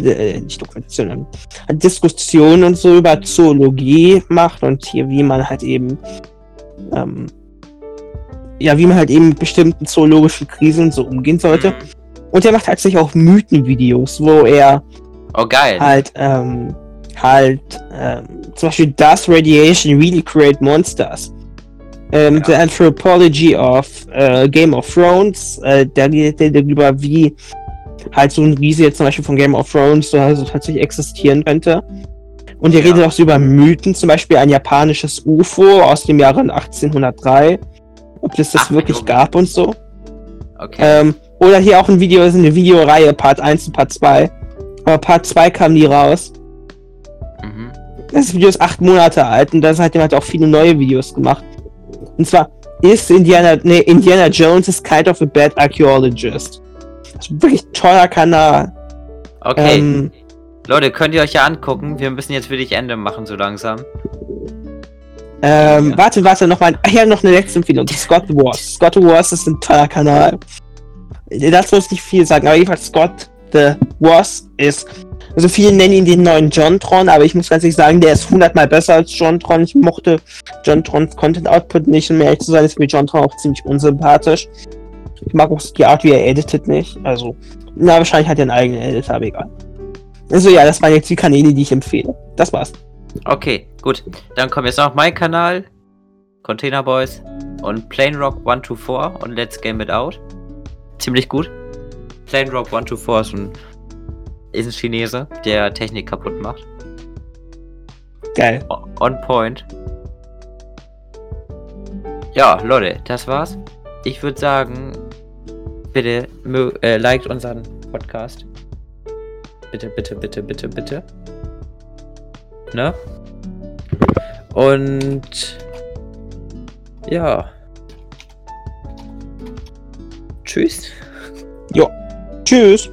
B: Diskussionen und so über Zoologie macht und hier wie man halt eben mit bestimmten zoologischen Krisen so umgehen sollte.
A: Mhm.
B: Und er macht tatsächlich auch Mythenvideos, wo er
A: Oh, geil.
B: zum Beispiel Does Radiation Really Create Monsters? The Anthropology of Game of Thrones, da redet er darüber, wie halt so ein Riese jetzt zum Beispiel von Game of Thrones so also tatsächlich existieren könnte. Und er redet auch so über Mythen, zum Beispiel ein japanisches UFO aus dem Jahre 1803, ob das wirklich gab und so.
A: Okay.
B: Oder hier auch ein Video, ist eine Videoreihe, Part 1 und Part 2. Aber Part 2 kam nie raus.
A: Mhm.
B: Das Video ist 8 Monate alt und da hat jemand auch viele neue Videos gemacht. Und zwar ist Indiana Jones is kind of a bad archaeologist. Das ist ein wirklich toller Kanal.
A: Okay. Leute, könnt ihr euch ja angucken. Wir müssen jetzt wirklich Ende machen, so langsam.
B: Warte, nochmal. Ach ja, noch eine letzte Empfehlung. Scott Wars. Scott Wars ist ein toller Kanal. Dazu muss ich nicht viel sagen, aber jedenfalls Scott the Wars ist... Also viele nennen ihn den neuen JonTron, aber ich muss ganz ehrlich sagen, der ist 100-mal besser als JonTron. Ich mochte JonTrons Content Output nicht, um ehrlich zu sein, ist mir JonTron auch ziemlich unsympathisch. Ich mag auch die Art, wie er editet nicht. Also, wahrscheinlich hat er einen eigenen Editor, aber egal. Also ja, das waren jetzt die Kanäle, die ich empfehle. Das war's.
A: Okay, gut. Dann kommt jetzt noch mein Kanal, Container Boys und Plane Rock 124 und Let's Game It Out. Ziemlich gut. Plane Rock 124 ist ein Chinese, der Technik kaputt macht.
B: Geil.
A: On point. Ja, Leute, das war's. Ich würde sagen, bitte liked unseren Podcast. Bitte. Ne? Und ja. Tschüss.
B: Jo. Tschüss.